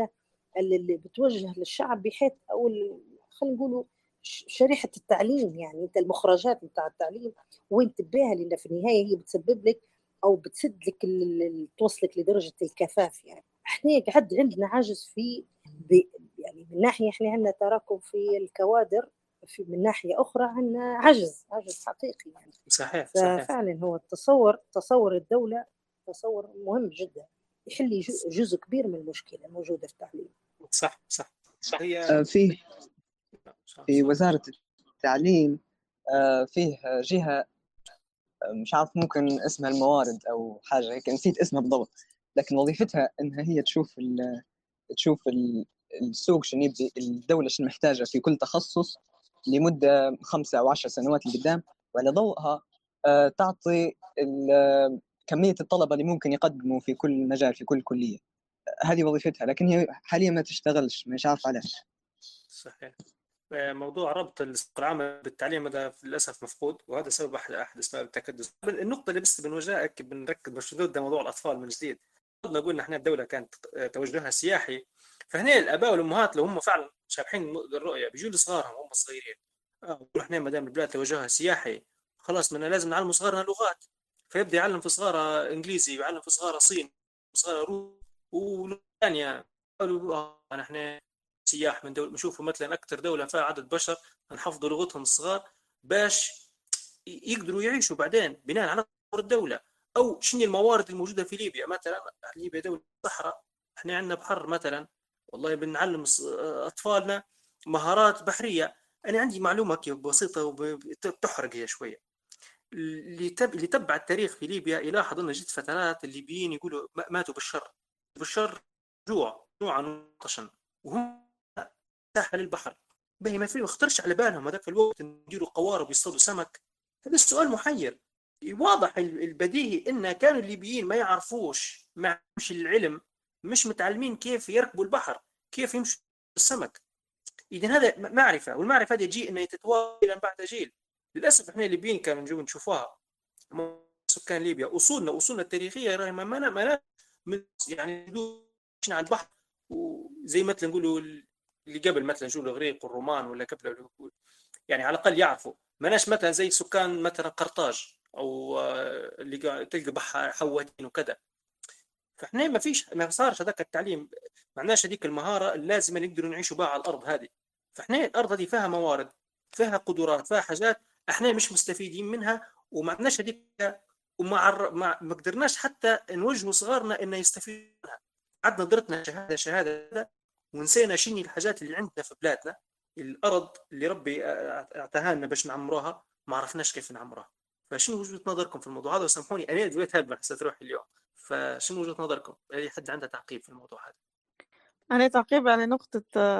بتوجه للشعب بحيث او خلينا نقولوا شريحه التعليم، يعني انت المخرجات نتاع التعليم وين تبيها، لان في النهايه هي بتسبب لك او بتسد لك توصلك لدرجه الكفاف. يعني احنا قاعد عندنا عجز في يعني من ناحيه احنا عندنا تراكم في الكوادر، من ناحيه اخرى عندنا عجز حقيقي يعني. صحيح. فعلا هو تصور الدوله تصور مهم جدا يحل جزء كبير من المشكله الموجوده في التعليم. صح. هي في وزاره التعليم فيه جهه مش عارف ممكن اسمها الموارد او حاجه هيك، نسيت اسمها بالضبط، لكن وظيفتها انها هي تشوف السوق شنو يبي الدوله شنو محتاجه في كل تخصص لمده 5 أو 10 سنوات لقدام، وعلى ضوءها تعطي كميه الطلبه اللي ممكن يقدموا في كل مجال في كل كليه. هذه وظيفتها، لكن هي حاليا ما تشتغلش، مش عارف علاش. صحيح. موضوع ربط السوق العمل بالتعليم هذا للاسف مفقود، وهذا سبب احد اسباب التكدس. النقطه اللي بس بنواجهها بنركز باش نبدا موضوع الاطفال من جديد. قلنا احنا الدوله كانت توجهها سياحي، فهنا الاباء والامهات لو هم فعلا شابحين الرؤيه بيجوا لصغارهم هم صغيرين احنا ما دام البلاد توجهها سياحي خلاص بدنا لازم نعلم صغارنا لغات، فيبدا يعلم في صغاره انجليزي ويعلم في صغاره صيني صغار وثانية قالوا احنا سياح من دولة نشوفوا مثلا أكثر دولة فيها عدد بشر نحفظوا لغتهم الصغار باش يقدروا يعيشوا بعدين بناء على تطور الدولة. أو شنو الموارد الموجودة في ليبيا مثلا؟ ليبيا دولة صحراء، احنا عندنا بحر مثلا، والله بنعلم أطفالنا مهارات بحرية. أنا عندي معلومة كيف بسيطة وبتحرق هي شوية. اللي تبع التاريخ في ليبيا يلاحظ أن جت فترات الليبيين يقولوا ماتوا بالشر، جوعا عطشا، وهم ساحل البحر. باهي ما في اخترش على بالهم هذاك الوقت يديروا قوارب يصطادوا سمك؟ هذا السؤال محير. واضح البديهي ان كانوا الليبيين ما يعرفوش، ما عندهمش العلم، مش متعلمين كيف يركبوا البحر، كيف يمشوا السمك. اذا هذا معرفه، والمعرفه هذه تجي انها تتوالى بعد جيل. للاسف احنا الليبيين كانوا نجوا نشوفوها سكان ليبيا، اصولنا التاريخيه راهي ما من يعني على البحر. وزي مثلا نقولوا اللي قبل مثلا شو الاغريق والرومان ولا قبل، يعني على الاقل يعرفوا. ماناش مثلا زي سكان مثلا قرطاج او اللي تلقى بحر حوادين وكذا. فاحنا ما صارش هذاك التعليم، ما عندناش هذيك المهاره اللازمه اللي نقدروا نعيشوا بها على الارض هذه. فاحنا الارض هذه فيها موارد، فيها قدرات، فيها حاجات احنا مش مستفيدين منها، وما عندناش هذيك، ما قدرناش حتى نوجهوا صغارنا انه يستفيدوا منها. عندنا نظرتنا شهاده ونسينا شنو الحاجات اللي عندنا في بلادنا. الارض اللي ربي اعطاها لنا باش نعمروها ما عرفناش كيف نعمروها. فشنو وجهه نظركم في الموضوع هذا؟ وسامحوني انا دويت هاد حسيت روحي اليوم. فشنو وجهه نظركم؟ اي حد عنده تعقيب في الموضوع هذا؟ أنا تعقيب على نقطة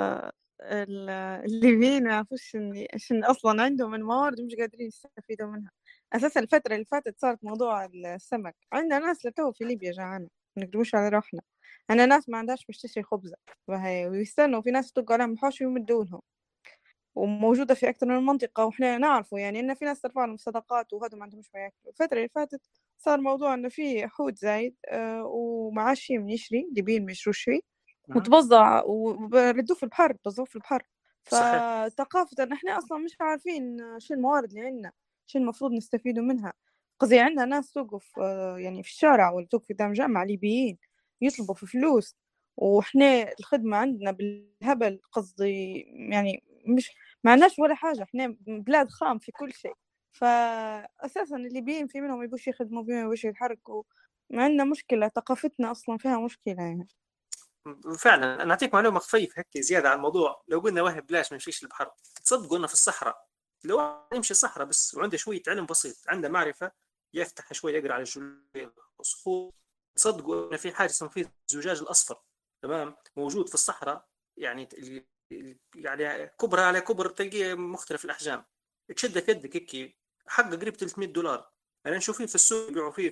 الليبيين ما يعرفوش شن أصلا عندهم الموارد ومش قادرين يستفيدوا منها. أساسا الفترة اللي فاتت صارت موضوع السمك، عندنا ناس لتو في ليبيا جعانة، ما نكذبوش على روحنا. أنا ناس ما عندهاش باش تشتري خبزة ويستنوا، في ناس تلقوا عليهم حوش ويمدونهم، وموجودة في أكثر من منطقة، وإحنا نعرفوا يعني إن في ناس ترفع لهم صدقات وهذا ما عندهمش ما ياكلوا. الفترة اللي فاتت صار موضوع إنه في حوت زايد ومعاش من يشري، ليبيين ما يشروش فيه، وتبضع وبردوه في البحر، بزوه في البحر. فثقافة إن إحنا أصلا مش عارفين شو الموارد اللي عندنا، شو المفروض نستفيدوا منها. قصدي عندنا ناس توقف يعني في الشارع ولا توقف قدام جامعة ليبيين يطلبوا في فلوس، وإحنا الخدمة عندنا بالهبل. قصدي يعني مش ما عندناش ولا حاجة، إحنا بلاد خام في كل شيء. فأساسا الليبيين في منهم يبوش يخدموا، فيهم يبوش يتحركوا. ما عندنا مشكلة، ثقافتنا أصلا فيها مشكلة يعني. فعلا انا اعطيك معلومه خفيف هيك زياده على الموضوع. لو قلنا واحد بلاش ما يمشيش البحر، تصدقوا انه في الصحراء لو يمشي الصحراء بس وعنده شويه علم بسيط، عنده معرفه، يفتح شويه يقرا على الصخور، تصدقوا ان في حاجه اسمها فيه الزجاج الاصفر، تمام، موجود في الصحراء. يعني يعني كبرى على كبر، تلقيه مختلف الاحجام، تشده في يدك هيك، حقه قريب $300. انا نشوف فيه في السوق يبيعوا فيه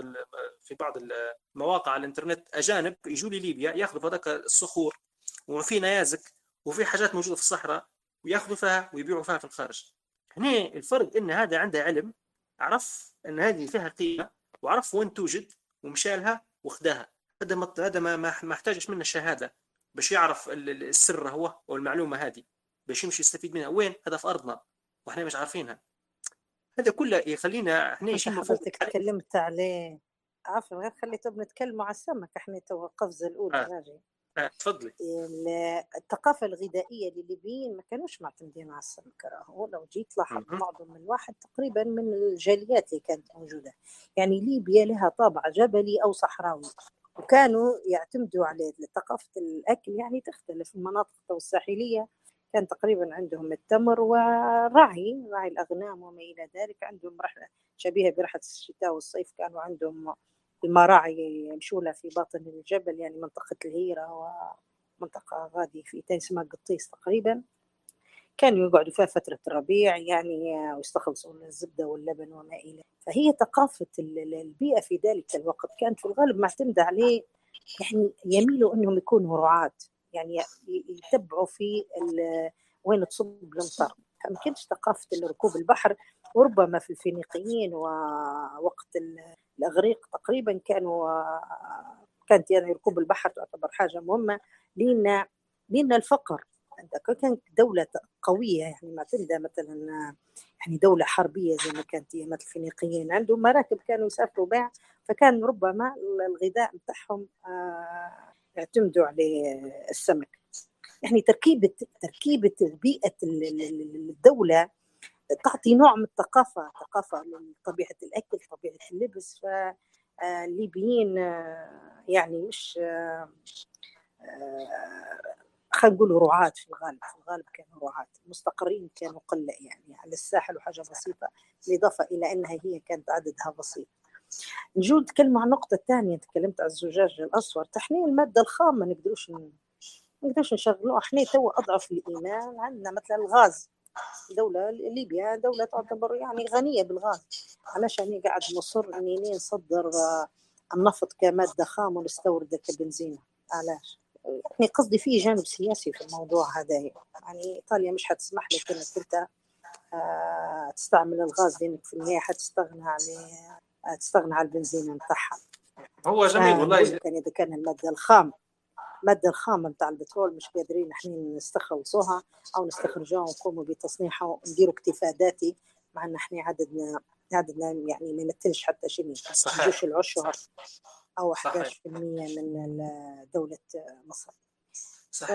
في بعض المواقع على الانترنت. اجانب يجوا لي ليبيا ياخذوا هذاك الصخور، وفي نيازك وفي حاجات موجوده في الصحراء، وياخذوا فيها ويبيعوا فيها في الخارج. هنا الفرق ان هذا عنده علم، عرف ان هذه فيها قيمه، وعرف وين توجد ومشالها واخداها. هذا ما احتاجش منه الشهاده باش يعرف السر هو او المعلومه هذه باش يمشي يستفيد منها. وين؟ هذا في ارضنا واحنا مش عارفينها. هذا كله يخلينا احنا انت حضرتك تكلمت عليه، عفوا غير خليته بنتكلموا على السمك. احنا تو القفزه الاولى راجع. تفضلي. الثقافه الغذائيه للليبيين ما كانوش معتمدين على السمك. راهو لو جيت لاحظ معظم الواحد تقريبا من الجاليات اللي كانت موجوده، يعني ليبيا لها طابع جبلي او صحراوي، وكانوا يعتمدوا على ثقافه الاكل. يعني تختلف المناطق الساحليه، كان تقريبا عندهم التمر ورعي الأغنام وما إلى ذلك. عندهم رحلة شبيهة برحلة الشتاء والصيف، كانوا عندهم المراعي يمشوا لها في باطن الجبل، يعني منطقة الهيرة ومنطقة غادي في تاني اسمها قطيس تقريبا. كانوا يقعدوا فيها فترة الربيع يعني، ويستخلصوا الزبدة واللبن وما إلى. فهي ثقافة البيئة في ذلك الوقت كانت في الغالب معتمدة عليه، يعني يميلوا أنهم يكونوا رعاة، يعني يتبعوا في وين تصب الامطار. ما كانتش ثقافة ركوب البحر. وربما في الفينيقيين ووقت الإغريق تقريبا كانت يعني ركوب البحر تعتبر حاجة مهمة، لأن الفقر. كانت دولة قوية يعني معتمدة مثلا، يعني دولة حربية زي ما كانت هي مثل الفينيقيين، عندهم مراكب كانوا يسافروا بها فكان ربما الغذاء متاعهم يعتمدوا على السمك. يعني تركيبة بيئة الدولة تعطي نوع من الثقافة لطبيعة الأكل، طبيعة اللبس. فالليبيين يعني مش خلينا نقول رعاة في الغالب كانوا رعاة مستقرين، كانوا قلة يعني على الساحل وحاجة بسيطة، بالإضافة إلى أنها هي كانت عددها بسيط. نجو نتكلم عن النقطة الثانية، تكلمت عن الزجاج الأصفر. تحليل المادة الخام ما نقدروش نشغلوه. احنا توا أضعف الإيمان عندنا مثلا الغاز. دولة ليبيا دولة تعتبر يعني غنية بالغاز، علاش أنا قاعد مصر إني نصدر النفط كمادة خام ونستورده كبنزين؟ علاش؟ يعني قصدي فيه جانب سياسي في الموضوع هذا. يعني إيطاليا مش هتسمح لك إنك أنت تستعمل الغاز، لأنك في النهاية هتستغنى على البنزين متاعها. هو جميل والله. كان إذا كان المادة الخام متاع البترول مش قادرين احنا نستخلصوها او نستخرجوها ونقوموا بتصنيعها ونديروا اكتفاء ذاتي، مع ان احنا عددنا يعني ما يمثلش حتى شيء، جيش العشر او 11% من دولة مصر. صحيح.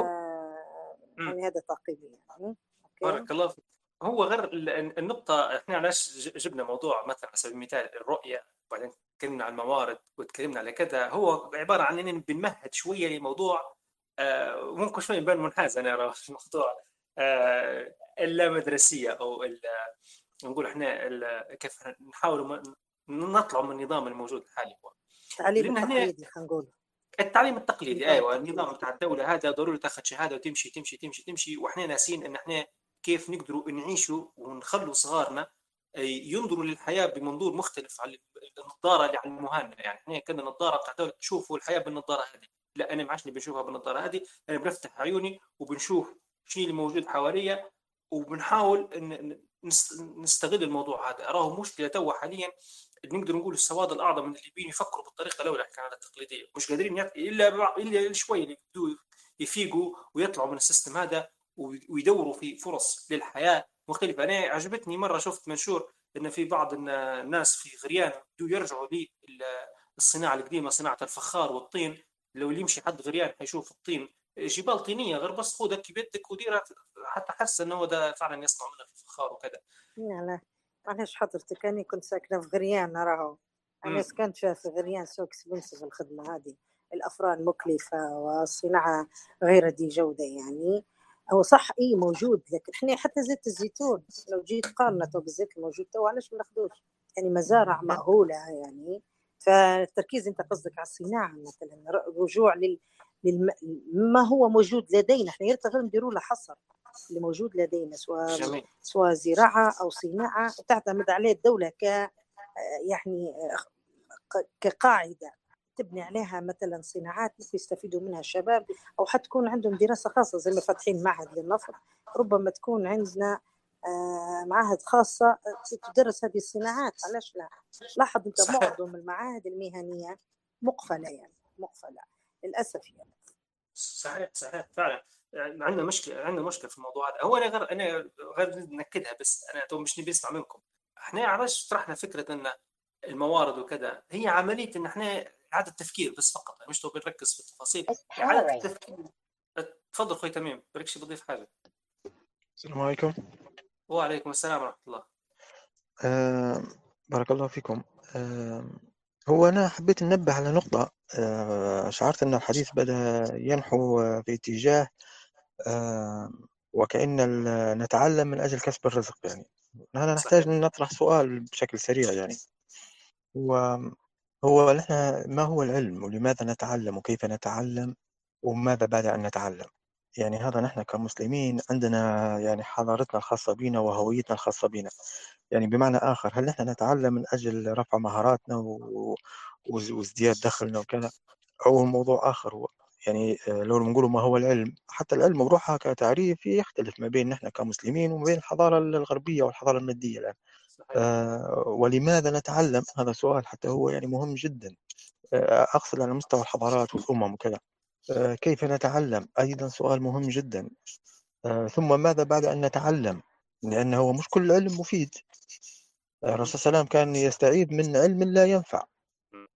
يعني هذا تعقيبي يعني. بارك الله فيك. هو غير النقطة، احنا علاش جبنا موضوع مثلا على سبيل المثال الرؤية، وبعدين تكلمنا عن الموارد وتكلمنا على كذا. هو عبارة عن اننا بنمهد شوية لموضوع ممكن شوية يبان منحاز انا ارى في الموضوع اللامدرسية او نقول احنا كيف نحاول نطلع من النظام الموجود الحالي. هو التعليم التقليدي، خلينا نقول التعليم التقليدي. ايوه، النظام بتاع الدولة هذا ضروري تاخذ شهادة وتمشي تمشي تمشي تمشي، واحنا ناسين ان احنا كيف نقدروا نعيشوا ونخلوا صغارنا ينظروا للحياة بمنظور مختلف عن النظارة اللي على المهنة. يعني احنا كنا نظارة بتاع الدولة تشوفوا الحياة بالنظارة هذه، لا انا ما عادش بنشوفها بالنظارة هذه. انا بنفتح عيوني وبنشوف شنو اللي موجود حواليا، وبنحاول نستغل الموضوع هذا. اراه مشكلة توا حاليا نقدر نقول السواد الاعظم من الليبيين يفكروا بالطريقه الاولى كانت التقليديه، مش قادرين الا شويه اللي يفيقوا ويطلعوا من السيستم هذا ويدوروا في فرص للحياه مختلفه. انا عجبتني مره شفت منشور ان في بعض الناس في غريان بدوا يرجعوا للصناعه القديمه، صناعه الفخار والطين. لو يمشي حد غريان حيشوف الطين جبال طينيه، غير بس خذها بيدك وديرها حتى حس انه هو ده فعلا يصنع منها الفخار وكذا. لا معلش حضرتك، أنا كنت ساكنة في غريان، راهو أنا سكنت في غريان. سو اكسبنسيف الخدمة هذه، الأفران مكلفة والصناعة غير ذي جودة. يعني هو صح موجود، لكن احنا حتى زيت الزيتون لو جيت قارنته بالزيت الموجود تو علاش ما ناخذوش؟ يعني مزارع مأهولة يعني. فالتركيز انت قصدك على الصناعة مثلا، رجوع ما هو موجود لدينا. احنا غير نديروا له حصر اللي موجود لدينا، سواء زراعة أو صناعة، وتعتمد عليه الدولة يعني كقاعدة تبني عليها مثلا صناعات ممكن يستفيدوا منها الشباب، أو حتى تكون عندهم دراسة خاصة زي ما فاتحين معهد للنفط. ربما تكون عندنا معاهد خاصة تدرس هذه الصناعات، علاش لا؟ لاحظ أنت معظم المعاهد المهنية مقفلة للأسف يعني. صحيح فعلا. يعني عندنا مشكله في الموضوع هذا. هو انا غير ناكدها، بس انا تو مش نبي نسمع منكم. احنا علاش طرحنا فكره ان الموارد وكذا هي عمليه ان احنا اعاده تفكير بس فقط، مش تو بنركز في التفاصيل. اعاده التفكير. تفضل اخوي تميم، بركش بضيف حاجه. السلام عليكم. وعليكم السلام ورحمه الله. بارك الله فيكم. هو أنا حبيت ننبه على نقطة. شعرت أن الحديث بدأ ينحو في اتجاه وكأن نتعلم من أجل كسب الرزق. يعني أنا نحتاج أن نطرح سؤال بشكل سريع. يعني هو نحن ما هو العلم، ولماذا نتعلم، وكيف نتعلم، وماذا بعد أن نتعلم؟ يعني هذا نحن كمسلمين عندنا يعني حضارتنا الخاصة بنا وهويتنا الخاصة بنا. يعني بمعنى آخر، هل نحن نتعلم من أجل رفع مهاراتنا وازدياد دخلنا وكذا، أو موضوع آخر؟ هو يعني لو نقول ما هو العلم، حتى العلم بروحها كتعريف يختلف ما بين نحن كمسلمين وما بين الحضارة الغربية والحضارة المادية الآن. ولماذا نتعلم؟ هذا سؤال حتى هو يعني مهم جدا. أقصد على مستوى الحضارات والأمم وكذا. كيف نتعلم؟ أيضا سؤال مهم جدا. ثم ماذا بعد أن نتعلم؟ لأنه هو مش كل علم مفيد. الرسول صلى الله عليه وسلم كان يستعيذ من علم لا ينفع.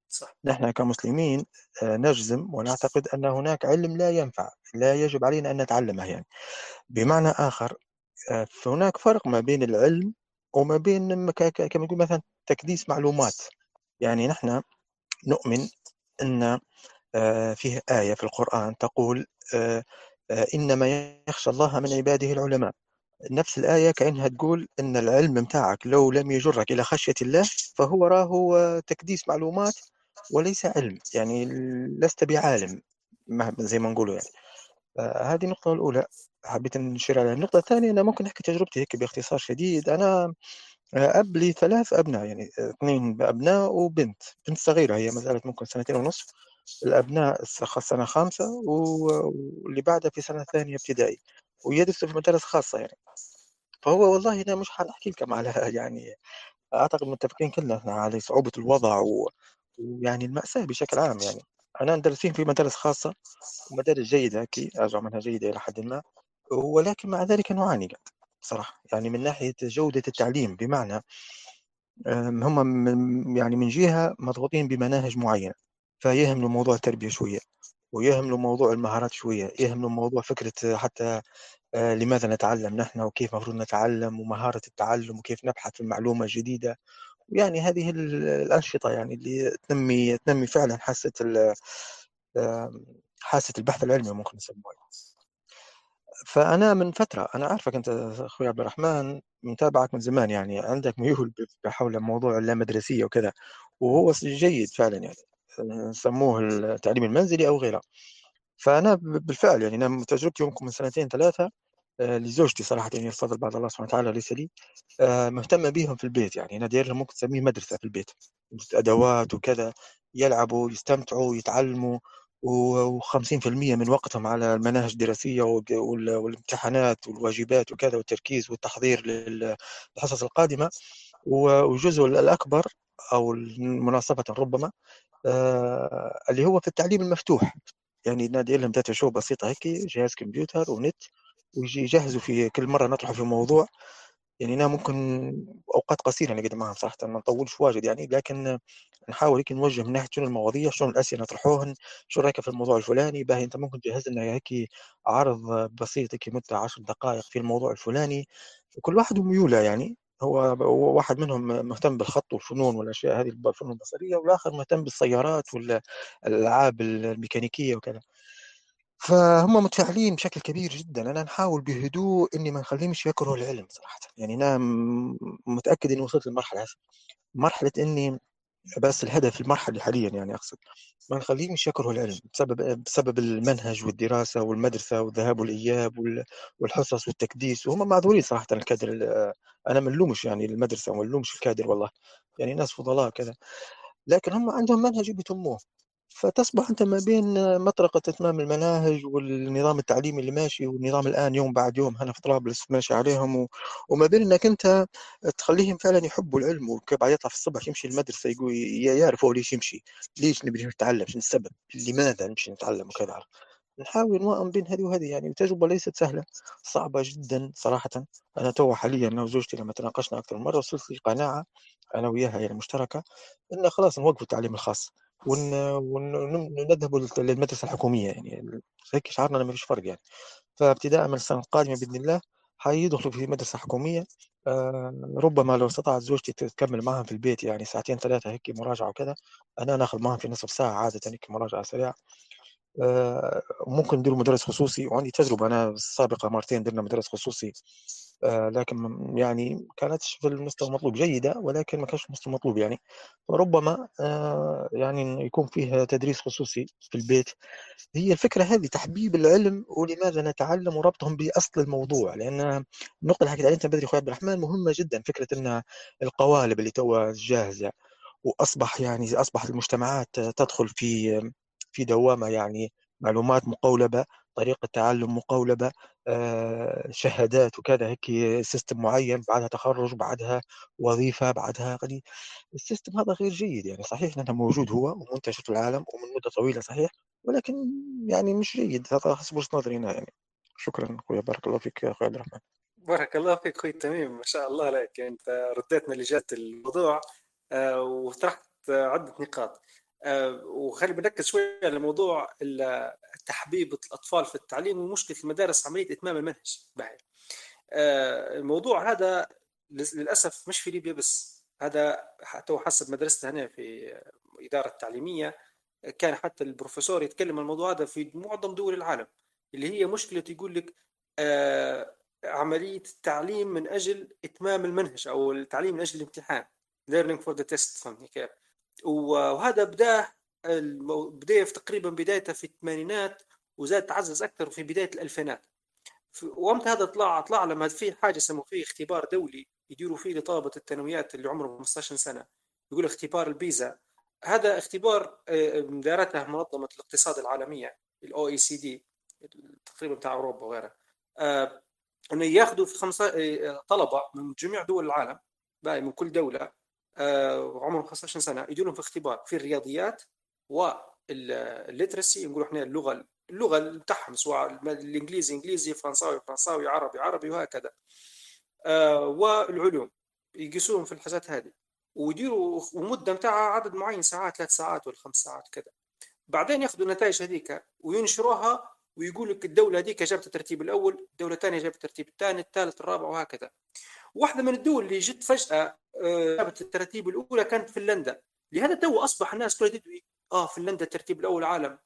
صح. نحن كمسلمين نجزم ونعتقد أن هناك علم لا ينفع، لا يجب علينا أن نتعلمه يعني. بمعنى آخر فهناك فرق ما بين العلم وما بين كما نقول مثلا تكديس معلومات. يعني نحن نؤمن أن فيه آية في القرآن تقول إنما يخشى الله من عباده العلماء. نفس الآية كأنها تقول إن العلم متاعك لو لم يجرك إلى خشية الله فهو راه تكديس معلومات وليس علم، يعني لست بعالم زي ما نقولوا يعني. هذه النقطة الأولى حبيت نشير عليها. النقطة الثانية أنا ممكن أحكي تجربتي هيك باختصار شديد. أنا أب لي 3 أبناء، يعني 2 أبناء وبنت صغيرة، هي ما زالت ممكن 2.5 سنين. الأبناء سنة 5 واللي بعدها في سنة 2 ابتدائي، ويدرسوا في مدارس خاصة يعني. فهو والله أنا مش حنحكي لكم على يعني أعتقد متفقين كلنا إحنا على صعوبة الوضع ويعني المأساة بشكل عام يعني. أنا ندرسين في مدارس خاصة ومدارس جيدة كي أرجع منها جيدة إلى حد ما، ولكن مع ذلك نعاني صراحة يعني من ناحية جودة التعليم. بمعنى هم يعني من جهة مضغوطين بمناهج معينة، فيهملوا موضوع التربية شوية، ويهملوا موضوع المهارات شوية، يهملوا موضوع فكرة حتى لماذا نتعلم نحن وكيف مفروض نتعلم ومهارة التعلم وكيف نبحث في المعلومة الجديدة. يعني هذه الأنشطة يعني اللي تنمي فعلا حاسة البحث العلمي ممكن نسموها. فأنا من فترة، أنا عارفك أنت أخوي عبد الرحمن، متابعك من زمان، يعني عندك ميول بحول موضوع اللامدرسية وكذا، وهو جيد فعلا يعني، نسموه التعليم المنزلي أو غيره. فأنا بالفعل يعني أنا تجربتي يمكن من 2 3 لزوجتي صراحة، يعني الفضل بعد الله سبحانه وتعالى ليس لي، مهتمة بيهم في البيت. يعني أنا داير لهم ممكن تسميه مدرسة في البيت، أدوات وكذا، يلعبوا يستمتعوا يتعلموا، و50% من وقتهم على المناهج الدراسية والامتحانات والواجبات وكذا، والتركيز والتحضير للحصص القادمة. والجزء الأكبر أو مناسبة ربما اللي هو في التعليم المفتوح. يعني نادي لهم داتا شو بسيطة هيك، جهاز كمبيوتر ونت، ويجي يجهزوا في كل مرة نطرح في موضوع. يعني أنا ممكن أوقات قصيرة نقعد معهم صراحة، ما نطولش واجد يعني، لكن نحاول هيك نوجه من ناحية شنو المواضيع، شنو الأسئلة نطرحوهن، شو رأيك في الموضوع الفلاني، باهي أنت ممكن تجهز لنا هيك عرض بسيط هيك مدة 10 دقائق في الموضوع الفلاني. وكل واحد وميوله يعني، هو واحد منهم مهتم بالخط والفنون والأشياء هذه الفنون البصرية، والآخر مهتم بالسيارات والألعاب الميكانيكية وكذا. فهم متفاعلين بشكل كبير جدا. أنا نحاول بهدوء إني ما نخليهمش يكرهوا العلم صراحة. يعني أنا متأكد إني وصلت للمرحلة هذه، مرحلة إني بس الهدف المرحلي حاليا يعني أقصد ما نخليهمش يكرهوا العلم بسبب المنهج والدراسة والمدرسة والذهاب والإياب والحصص والتكديس. وهم معذورين صراحة. الكادر أنا ما نلومش يعني المدرسة وما نلومش الكادر والله، يعني ناس فضلاء كذا، لكن هم عندهم منهج بيتموه. فتصبح أنت ما بين مطرقة إتمام المناهج والنظام التعليمي اللي ماشي، والنظام الآن يوم بعد يوم هنا في طرابلس ماشي عليهم، وما بين أنك أنت تخليهم فعلا يحبوا العلم. وكيف بعد يطلع في الصبح يمشي المدرسة يقول يعرف هو ليش يمشي، ليش نبي نتعلم، شنو السبب، لماذا نمشي نتعلم وكذا. نحاول نوائم بين هذه وهذه يعني. التجربة ليست سهلة، صعبة جدا صراحة. أنا تو حاليا أنا وزوجتي لما تناقشنا أكثر من مرة وصلت لي قناعة أنا وياها يعني مشتركة، إن خلاص نوقف التعليم الخاص ونذهب للمدرسة الحكومية. يعني هيك شعرنا ما فيش فرق يعني. فابتداء من السنة القادمة بإذن الله حيدخلوا في مدرسة حكومية. ربما لو استطاعت زوجتي تكمل معهم في البيت يعني 2 3 هيك مراجعة وكذا، أنا ناخذ معهم في نصف ساعة عادة هيك مراجعة سريعة. ممكن نديروا مدرس خصوصي، وعندي تجربة أنا السابقة مرتين درنا مدرس خصوصي، لكن يعني كانتش في المستوى المطلوب، جيدة ولكن ما كانش المستوى المطلوب يعني. فربما يعني يكون فيه تدريس خصوصي في البيت. هي الفكرة هذه تحبيب العلم ولماذا نتعلم وربطهم بأصل الموضوع. لأن النقطة اللي حكيت عليها أنت بدري أخوي عبد الرحمن مهمة جدا، فكرة أن القوالب اللي توا جاهزة، وأصبح يعني أصبحت المجتمعات تدخل في دوامة يعني، معلومات مقولبة، طريقة تعلم مقولبة، شهادات وكذا هيك، سيستم معين، بعدها تخرج، بعدها وظيفة، بعدها يعني السيستم هذا غير جيد يعني. صحيح أنه موجود هو ومنتشر في العالم ومن مدة طويلة صحيح، ولكن يعني مش جيد. هذا حسب وجهة نظري أنا يعني. شكرا أخويا، بارك الله فيك يا أخوي عبد الرحمن. بارك الله فيك أخوي تميم، ما شاء الله عليك. أنت رديتنا لجات الموضوع وطرحت عدة نقاط. وخلي بنركز شويه على موضوع تحبيب الاطفال في التعليم ومشكله المدارس عمليه اتمام المنهج. الموضوع هذا للاسف مش في ليبيا بس، هذا حتى حسب مدرستي هنا في اداره تعليميه كان حتى البروفيسور يتكلم عن الموضوع هذا في معظم دول العالم، اللي هي مشكله يقول لك عمليه التعليم من اجل اتمام المنهج او التعليم من اجل الامتحان learning for the test. فهمتني كيف؟ وهذا بدأ في تقريبا بدايته في الثمانينات وزاد تعزز اكثر في بدايه الالفينات. وامتى هذا طلع لما في حاجه يسموه فيه اختبار دولي يديروا فيه لطلبه الثانويات اللي عمرهم 15 سنه، يقول اختبار البيزا. هذا اختبار دارته منظمه الاقتصاد العالميه OECD تقريبا بتاع اوروبا وغيرها، انه ياخذوا في 5 طلبه من جميع دول العالم باقي من كل دوله عمرهم 15 سنه، يديرون في اختبار في الرياضيات والليترسي، نقول احنا اللغه بتاعهم، سواء الانجليزي انجليزي، فرنساوي، عربي وهكذا، والعلوم يقيسوهم في الحاجات هذه، ويديروا ومده متاعها عدد معين ساعات، 3 ساعات ولا 5 ساعات كذا. بعدين ياخذوا النتائج هذيك وينشروها ويقول لك الدوله هذيك جابت الترتيب الاول، الدوله الثانيه جابت الترتيب الثاني، الثالث، الرابع وهكذا. واحده من الدول اللي جت فجاه جابت الترتيب الاولى كانت فنلندا. لهذا تو اصبح الناس كلها تدوي فنلندا الترتيب الاول العالم،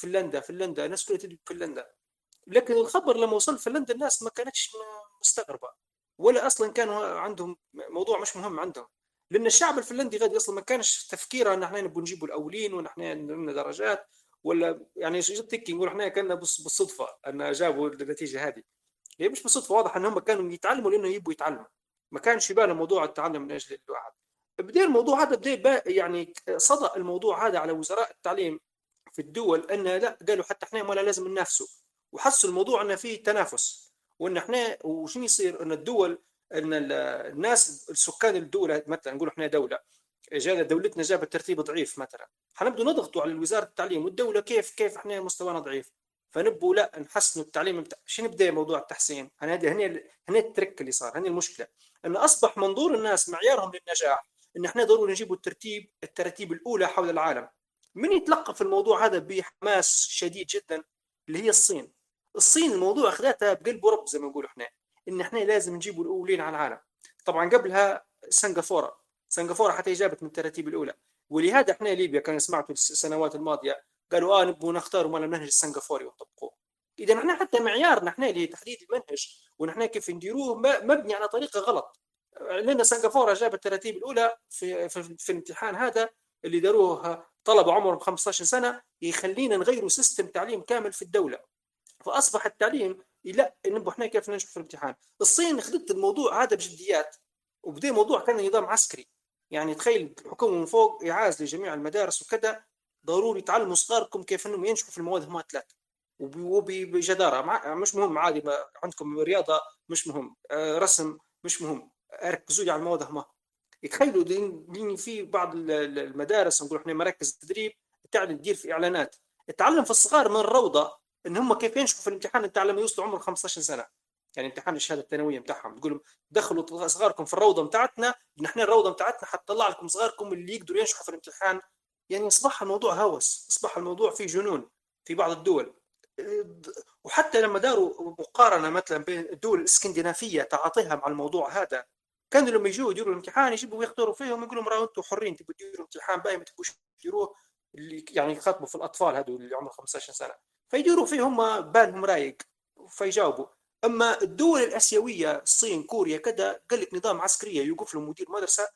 فنلندا الناس كلها تدوي فنلندا. لكن الخبر لما وصل فنلندا الناس ما كانتش مستغربه، ولا اصلا كانوا عندهم موضوع مش مهم عندهم، لان الشعب الفنلندي غادي اصلا ما كانش تفكيره ان احنا نبغى نجيبوا الاولين وان احنا لنا درجات، ولا يعني جت نقول احنا كنا بالصدفه ان جابوا النتيجه هذه. هي مش بالصدفه، واضح ان هم كانوا يتعلموا لانه يبوا يتعلموا، ما كانش يبان موضوع التعلم من اجل الواحد. بدا الموضوع هذا يعني صدأ الموضوع هذا على وزراء التعليم في الدول، ان لا، قالوا حتى احنا ولا لازم ننافسوا، وحسوا الموضوع ان فيه تنافس، وان احنا وشنو يصير ان الدول، ان الناس السكان الدوله، مثلا نقول احنا دوله دولتنا جابت ترتيب ضعيف مثلا، حنبدو نضغطوا على وزاره التعليم والدوله كيف احنا مستوانا ضعيف، فنبوا لا نحسنوا التعليم شنو نبدا موضوع التحسين. هنا الترك اللي صار، هنا المشكله، ان اصبح منظور الناس معيارهم للنجاح ان احنا ضروري نجيبوا الترتيب الاولى حول العالم. من يتلقى في الموضوع هذا بحماس شديد جدا اللي هي الصين الموضوع اخذتها بقلب ورب زي ما نقول احنا، ان احنا لازم نجيبوا الاولين على العالم. طبعا قبلها سنغافوره حتى جابت من الترتيب الاولى، ولهذا احنا ليبيا كان سمعتوا السنوات الماضيه قالوا نبغوا نختار مال المنهج السنغافوري ونطبقوه. اذا احنا حتى معيارنا احنا لتحديد المنهج ونحن كيف نديروه مبني على طريقه غلط، لان سنغافوره جابت الترتيب الاولى في الامتحان هذا اللي داروه طلبه عمرهم 15 سنه، يخلينا نغيروا سيستم تعليم كامل في الدوله، فاصبح التعليم لا نبغى احنا كيف ننجح في الامتحان. الصين اخذت الموضوع هذا بجديات، وبدا موضوع كان نظام عسكري، يعني تخيل الحكومه من فوق اعاز لجميع المدارس وكذا، ضروري تعلموا صغاركم كيف انهم ينجحوا في المواد هم 3 وبجداره، مش مهم عادي ما عندكم رياضه مش مهم، رسم مش مهم، ركزوا على المواد هم. يتخيلوا لين في بعض المدارس نقول احنا مراكز التدريب تدير في اعلانات تعلم في الصغار من الروضه ان هم كيف ينجحوا في الامتحان انت لما يوصلوا عمر 15 سنه، يعني امتحان الشهاده الثانويه بتاعهم، تقول لهم دخلوا صغاركم في الروضه بتاعتنا، نحن الروضه بتاعتنا حتطلع لكم صغاركم اللي يقدروا ينجحوا في الامتحان. يعني اصبح الموضوع هوس، اصبح الموضوع فيه جنون في بعض الدول. وحتى لما داروا مقارنه مثلا بين الدول الاسكندنافيه تعاطيها مع الموضوع هذا، كانوا لما يجوا يديروا الامتحان يجيبوا ويختاروا فيهم يقولوا لهم انتم حرين تبوا تديروا امتحان باقي ما تبوش تديروه، اللي يعني يخاطبوا في الاطفال هذول اللي عمرهم 15 سنه فيديروا فيهم بالهم رايق فيجاوبوا. اما الدول الاسيويه الصين كوريا كذا قال لك نظام عسكريه، يوقف لهم مدير مدرسه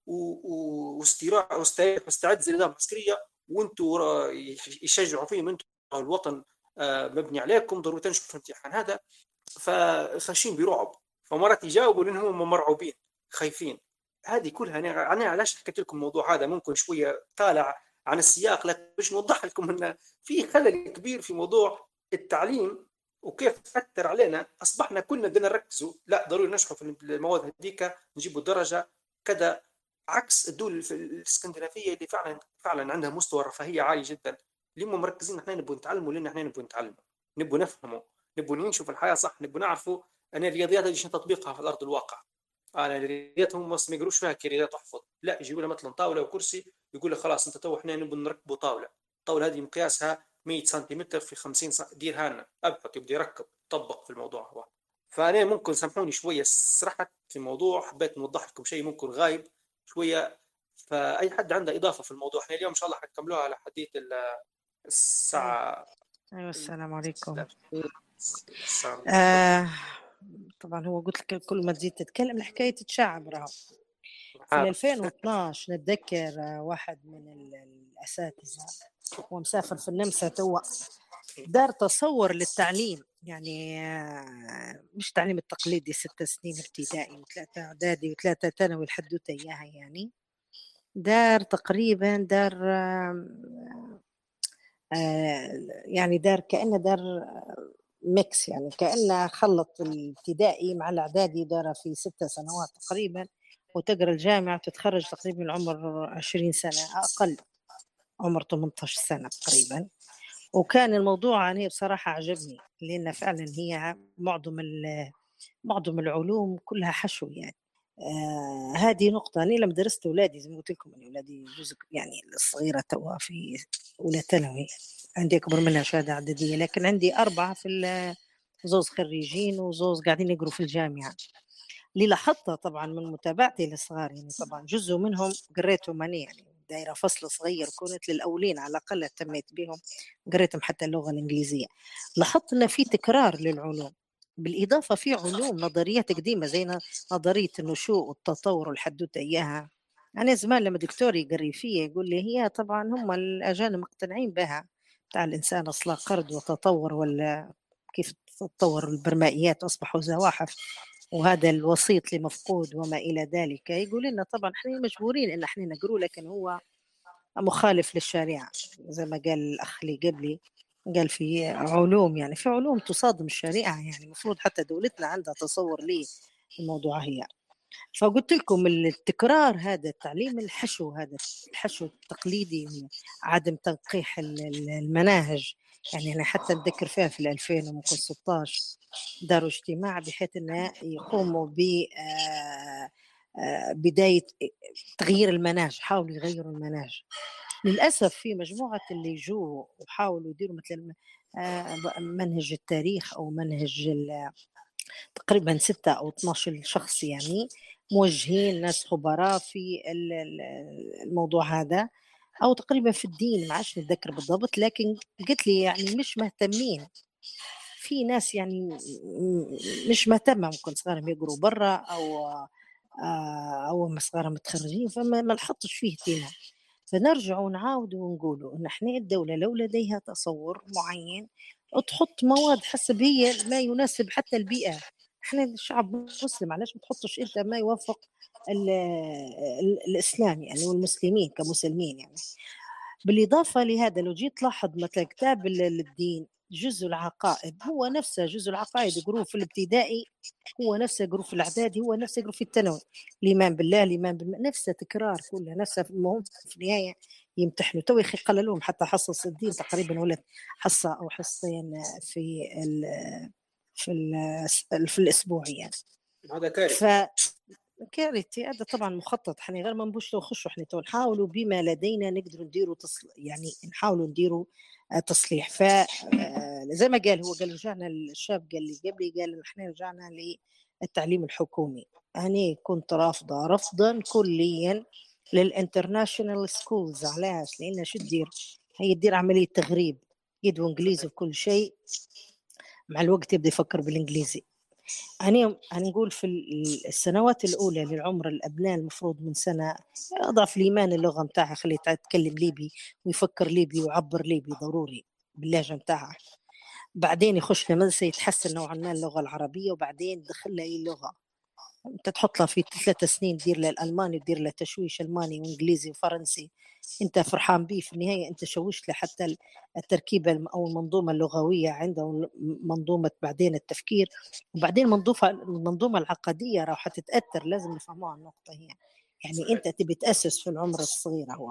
واستعد زي نظام عسكريه، وانتم يشجعوا فيهم انتم الوطن مبني عليكم ضروري تنجحوا في الامتحان هذا، فخاشين برعب، فمرات يجاوبوا لانهم مرعوبين خايفين. هذه كلها انا علاش حكيت لكم الموضوع هذا ممكن شويه طالع عن السياق، لكن باش نوضح لكم ان في خلل كبير في موضوع التعليم وكيف اثر علينا. اصبحنا كلنا بدنا نركزوا لا ضروري نشحوا في المواد هذيك نجيبوا درجه كذا، عكس الدول الاسكندنافيه اللي فعلا عندها مستوى رفاهيه عالي جدا، اللي هم مركزين احنا نبغى نتعلموا لان احنا نبغى نتعلم، نبغى نفهموا، نبغى نشوف الحياه صح، نبغى نعرفوا ان الرياضيات هذه شنو تطبيقها في الارض الواقع. الرياضيات هم ما يقروش فيها كرياضيات تحفظ، لا يجيبوا لنا مثلا طاوله وكرسي يقول لك خلاص انت تو احنا نبغى نركبوا طاوله، الطاوله هذه مقياسها 100 سنتيمتر في 50 ديرها لنا، ابحث يبدا يركب يطبق في الموضوع هو. فانا ممكن سامحوني شويه سرحت في الموضوع، حبيت نوضح لكم شيء ممكن غايب شويه، فاي حد عنده اضافه في الموضوع. احنا اليوم ان شاء الله حنكملوها على حديث الساعه. ايوه السلام عليكم. السلام. طبعا هو قلت لك كل ما تزيد تتكلم الحكايه تتشعب. راهو في 2012 نتذكر واحد من الاساتذه هو مسافر في النمسا توا، دار تصور للتعليم، يعني مش تعليم التقليدي 6 سنين ابتدائي و3 اعدادي و3 ثانوي الحدوته اياها، يعني دار تقريبا دار يعني دار كأنه دار ميكس، يعني كأنه خلط الابتدائي مع الإعدادي، دار في 6 سنوات تقريبا، وتقرأ الجامعة وتتخرج تقريبا العمر 20 سنة أقل، عمر 18 سنة تقريبا. وكان الموضوع أنا بصراحة عجبني، لأن فعلا هي معظم العلوم كلها حشو يعني. هذه نقطة. أنا لما درست أولادي زي ما قلت لكم، أن أولادي جزء يعني الصغيرة توا في أولى ثانوي، عندي أكبر منها شهادة إعدادية، لكن عندي 4 في زوز خريجين وزوز قاعدين يقروا في الجامعة. اللي لاحظتها طبعا من متابعتي للصغار، يعني طبعا جزء منهم قريتهم أنا، يعني دايرة فصل صغير كنت للأولين على الأقل اهتميت بهم، قريتهم حتى اللغة الإنجليزية. لاحظت أن في تكرار للعلوم، بالإضافة في علوم نظريات قديمة زي نظرية النشوء والتطور والحدوتة إياها. أنا زمان لما دكتوري يقري فيه يقول لي هي طبعا هم الأجانب مقتنعين بها، بتاع الإنسان أصلا قرد وتطور، ولا كيف تطور البرمائيات أصبحوا زواحف، وهذا الوسيط لمفقود وما إلى ذلك. يقول لنا طبعا احنا مجبورين إن احنا نقروا، لكن هو مخالف للشريعة زي ما قال الأخ اللي قبلي، قال في علوم، يعني في علوم تصادم الشريعة، يعني المفروض حتى دولتنا عندها تصور ليه الموضوع هي. فقلت لكم التكرار هذا، التعليم الحشو، هذا الحشو التقليدي، عدم تنقيح المناهج. يعني أنا حتى نذكر فيها في 2016 داروا اجتماع بحيث أن يقوموا بداية تغيير المناهج، حاولوا يغيروا المناهج. للأسف في مجموعة اللي جو وحاولوا يديروا مثل منهج التاريخ أو منهج تقريبا 6 أو 12 شخص، يعني موجهين ناس خبراء في الموضوع هذا، أو تقريبا في الدين، ما عادش نتذكر بالضبط، لكن قلت لي يعني مش مهتمين. في ناس يعني مش مهتمة، ممكن صغارهم يقروا برا أو صغارهم متخرجين، فما نحطش فيه اهتمام. فنرجع ونعاود ونقولوا إن إحنا الدولة لو لديها تصور معين تحط مواد حسب هي ما يناسب حتى البيئة. إحنا شعب مسلم، علاش ما تحطش أنت ما يوافق الإسلام يعني والمسلمين كمسلمين يعني. بالإضافة لهذا لو جيت تلاحظ مثلا كتاب الدين، جزء العقائد هو نفسه، جزء العقائد يقروه في الابتدائي هو نفسه يقروه في الإعدادي، هو نفسه يقروه في الثانوي. الإيمان بالله، الإيمان نفسه تكرار كله نفسه. المهم في النهاية يمتحنوا. تو يا أخي قللوهم حتى حصص الدين تقريبا ولد حصة أو حصتين في الأسبوع يعني. هذا كارثة. كارثي هذا طبعا مخطط. احنا غير ما نبوش لو خشوا، احنا تو نحاولوا بما لدينا نقدروا نديروا يعني نحاولوا نديروا تصليح. ف زي ما قال هو، قال رجعنا الشاب قال لي قبلي، قال احنا رجعنا للتعليم الحكومي. انا كنت رافضه رفضا كليا للانترناشونال سكولز. علاش؟ لان شو تدير؟ هي تدير عمليه تغريب، يدوا انجليزي في كل شيء، مع الوقت يبدا يفكر بالانجليزي. أنا نقول في السنوات الأولى للعمر الأبناء المفروض من سنة أضعف الإيمان اللغة متاعها، خليه يتكلم ليبي ويفكر ليبي ويعبر ليبي ضروري باللهجة متاعها. بعدين يخش لمدرسة يتحسن نوعا ما اللغة العربية، وبعدين دخل له أي لغة. أنت تحط له في 3 سنين دير له الألماني ودير له تشويش ألماني وإنجليزي وفرنسي، أنت فرحان به، في النهاية أنت شوشت له حتى التركيبة أو المنظومة اللغوية عنده، منظومة بعدين التفكير، وبعدين المنظومة العقدية راح تتأثر. لازم نفهموها النقطة هي، يعني أنت تبي تأسس في العمر الصغير هو.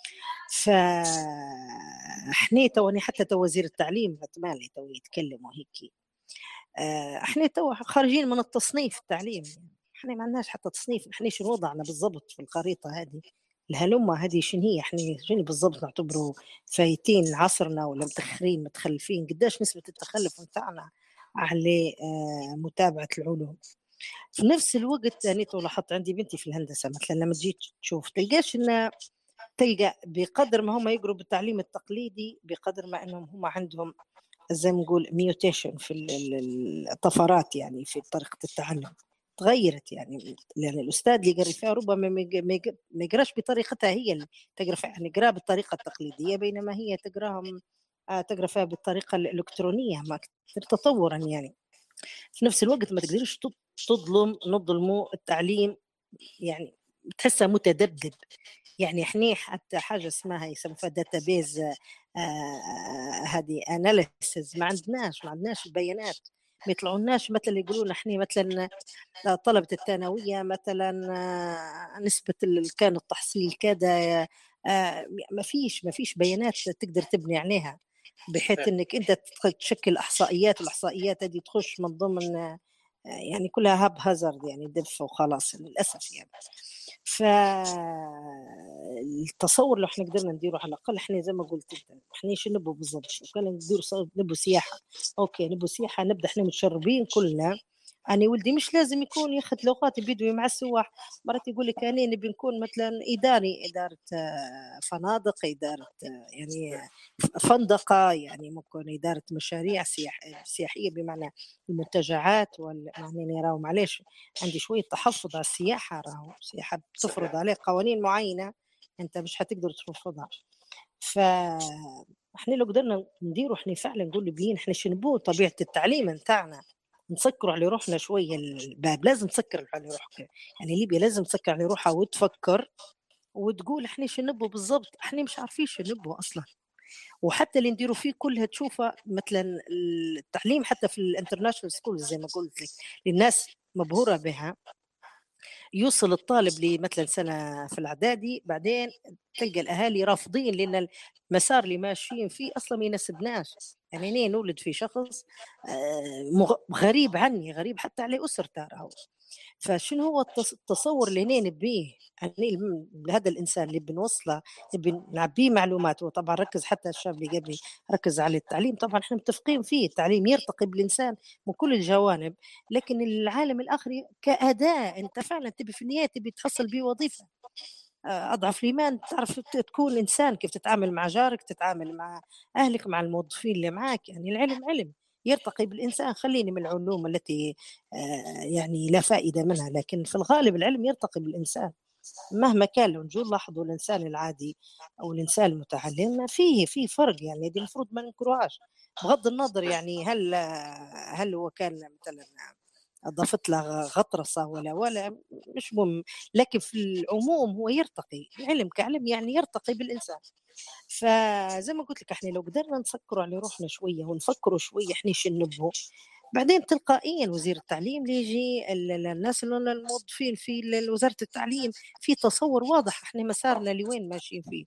فإحنا تواني حتى وزير التعليم مالي تو يتكلموا هيك. إحنا تو خارجين من التصنيف التعليم، إحنا ما عندناش حتى تصنيف. إحنا شو وضعنا بالضبط في الخريطة هذه الهلمة هذه شنو هي؟ احنا شنو بالضبط نعتبره فايتين عصرنا ولا متأخرين متخلفين؟ قداش نسبة التخلف متاعنا على متابعة العلوم؟ في نفس الوقت أنا لاحظت عندي بنتي في الهندسة مثلا لما تجي تشوف تلقاش إن تلقى بقدر ما هم يقروا بالتعليم التقليدي بقدر ما انهم هم عندهم زي ما نقول ميوتيشن في الطفرات يعني في طريقة التعلم تغيرت يعني لأن الأستاذ اللي يقري فيها ربما ما يقراش بطريقتها هي اللي تقرا فيها يعني يقرا بالطريقة التقليدية بينما هي تقرا فيها بالطريقة الإلكترونية ما أكثر تطورا يعني. في نفس الوقت ما تقدرش نظلموا التعليم يعني تحسها متذبذب يعني احنا حتى حاجه اسمها يسموها داتابيز هذه اناليسز ما عندناش البيانات ما يطلعوناش مثلا يقولون احنا مثلا طلبه الثانويه مثلا نسبه كان التحصيل كذا ما فيش بيانات تقدر تبني عليها بحيث انك انت تشكل احصائيات والاحصائيات هذه تخش من ضمن يعني كلها هاب هازارد يعني دف وخلاص للاسف يعني. فالتصور لو احنا قدرنا نديره على الاقل احنا زي ما قلت انت احنا ايش نبوا بالضبط وكان ندير نبوا سياحه اوكي نبوا سياحه نبدا احنا متشربين كلنا. أنا ولدي مش لازم يكون ياخذ لغات بدوي مع السواح مرات يقول لك أنا نبي نكون مثلا إدارة فنادق إدارة يعني فندقة يعني ممكن إدارة مشاريع سياحية بمعنى المنتجعات يعني راهو معلش عندي شوية تحفظ على السياحة راهو السياحة بتفرض عليه قوانين معينة أنت مش هتقدر ترفضها. احنا لو قدرنا نديروا احنا فعلا نقول بين احنا شنبوه طبيعة التعليم نتاعنا نسكروا على روحنا شويه الباب لازم تسكر على روحك يعني ليبيا لازم تسكر على روحها وتفكر وتقول احنا شنبوا بالضبط احنا مش عارفين شنبوا اصلا وحتى اللي نديروا فيه كلها تشوفها مثلا التعليم حتى في الانترناشونال سكولز زي ما قلت لك للناس مبهوره بها يوصل الطالب لمثلا سنه في الاعدادي بعدين تلقى الاهالي رافضين لان المسار اللي ماشيين فيه اصلا ما يناسبناش يعني أنا نولد في شخص غريب عني غريب حتى على أسرته راهو فشنو هو التصور اللي هنا نبيه يعني هذا الإنسان اللي بنوصله نبي نعبيه معلومات وطبعا ركز حتى الشاب اللي قبلي ركز على التعليم طبعا احنا متفقين فيه التعليم يرتقي بالإنسان من كل الجوانب لكن العالم الآخر كأداة أنت فعلا تبي في النهاية تبي تحصل به وظيفة أضعف الإيمان تعرف تكون إنسان كيف تتعامل مع جارك تتعامل مع أهلك مع الموظفين اللي معك يعني العلم علم يرتقي بالإنسان خليني من العلوم التي يعني لا فائدة منها لكن في الغالب العلم يرتقي بالإنسان مهما كان لو نجوا لاحظوا الإنسان العادي أو الإنسان المتعلم فيه فرق يعني هذه المفروض ما ننكروهاش بغض النظر يعني هل هو كان مثلا أضافت له غطرسة ولا مش مهم لكن في العموم هو يرتقي العلم كعلم يعني يرتقي بالإنسان فزي ما قلت لك احنا لو قدرنا نسكروا على روحنا شوية ونفكروا شوية احنا شنبه بعدين تلقائيا وزير التعليم يجي الناس الموظفين في وزارة التعليم في تصور واضح احنا مسارنا لوين ماشيين فيه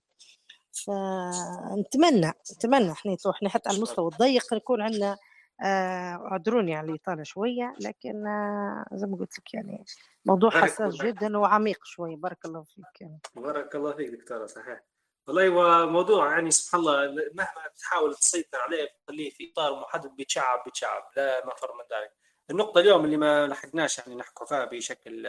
فنتمنى احنا حتى على المستوى الضيق يكون عندنا اعذروني على الإطالة شوية لكن زي ما قلت لك يعني موضوع حساس جدا وعميق شوية بارك الله فيك يعني. بارك الله فيك دكتورة صحيح والله هو موضوع يعني سبحان الله مهما تحاول تسيطر عليه تخليه في إطار محدد بيتشعب لا مفر من ذلك. النقطة اليوم اللي ما لحقناش يعني نحكوا فيها بشكل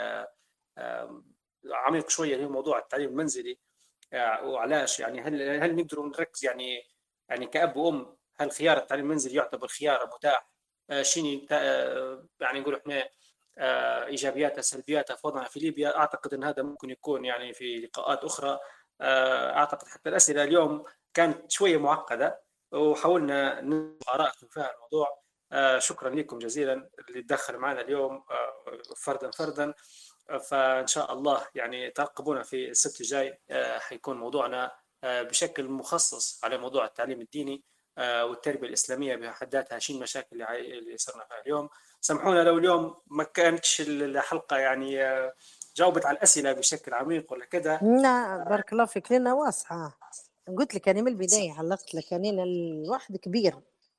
عميق شوية هي موضوع التعليم المنزلي وعلاش يعني هل نقدر نركز يعني كأب وأم هل خيار التعليم المنزلي يعتبر خيار متاح شيني يعني نقول احنا ايجابياتها سلبياتها في وضعنا في ليبيا اعتقد ان هذا ممكن يكون يعني في لقاءات اخرى اعتقد حتى الاسئله اليوم كانت شويه معقده وحاولنا نضع ارائكم في الموضوع شكرا لكم جزيلا اللي تدخل معنا اليوم فردا فان شاء الله يعني ترقبونا في السبت الجاي حيكون موضوعنا بشكل مخصص على موضوع التعليم الديني والتربية الإسلامية بحد ذاتها شيء المشاكل اللي صرنا فيها اليوم. سامحونا لو اليوم ما كانتش الحلقة يعني جاوبت على الأسئلة بشكل عميق ولا كده. لا بارك الله فيك لنا واسعة قلت لك أنا من البداية علقت لك أنا الواحد كبير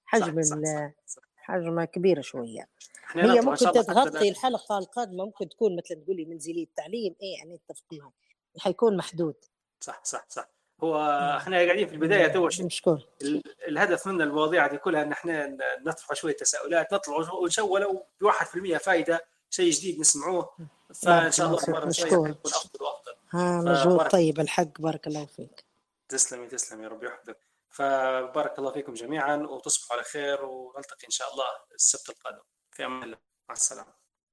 حجمه كبيرة شوية هي ممكن تغطي الحلقة القادمة ممكن تكون مثلا تقولي منزلية التعليم إيه أنا أتفق معك حيكون محدود صح. هو احنا قاعدين في البدايه تو مشكور. الهدف من المواضيع دي كلها ان احنا نطرح شويه تساؤلات، نطلع ونشوف ولو ب1% فائده، شيء جديد نسمعوه. فان شاء الله المره الجايه يكون افضل وافضل. مجهود طيب الحق، بارك الله فيك. تسلمي يا رب يحفظك. فبارك الله فيكم جميعا وتصبحوا على خير، ونلتقي ان شاء الله السبت القادم. في امان الله، مع السلامه.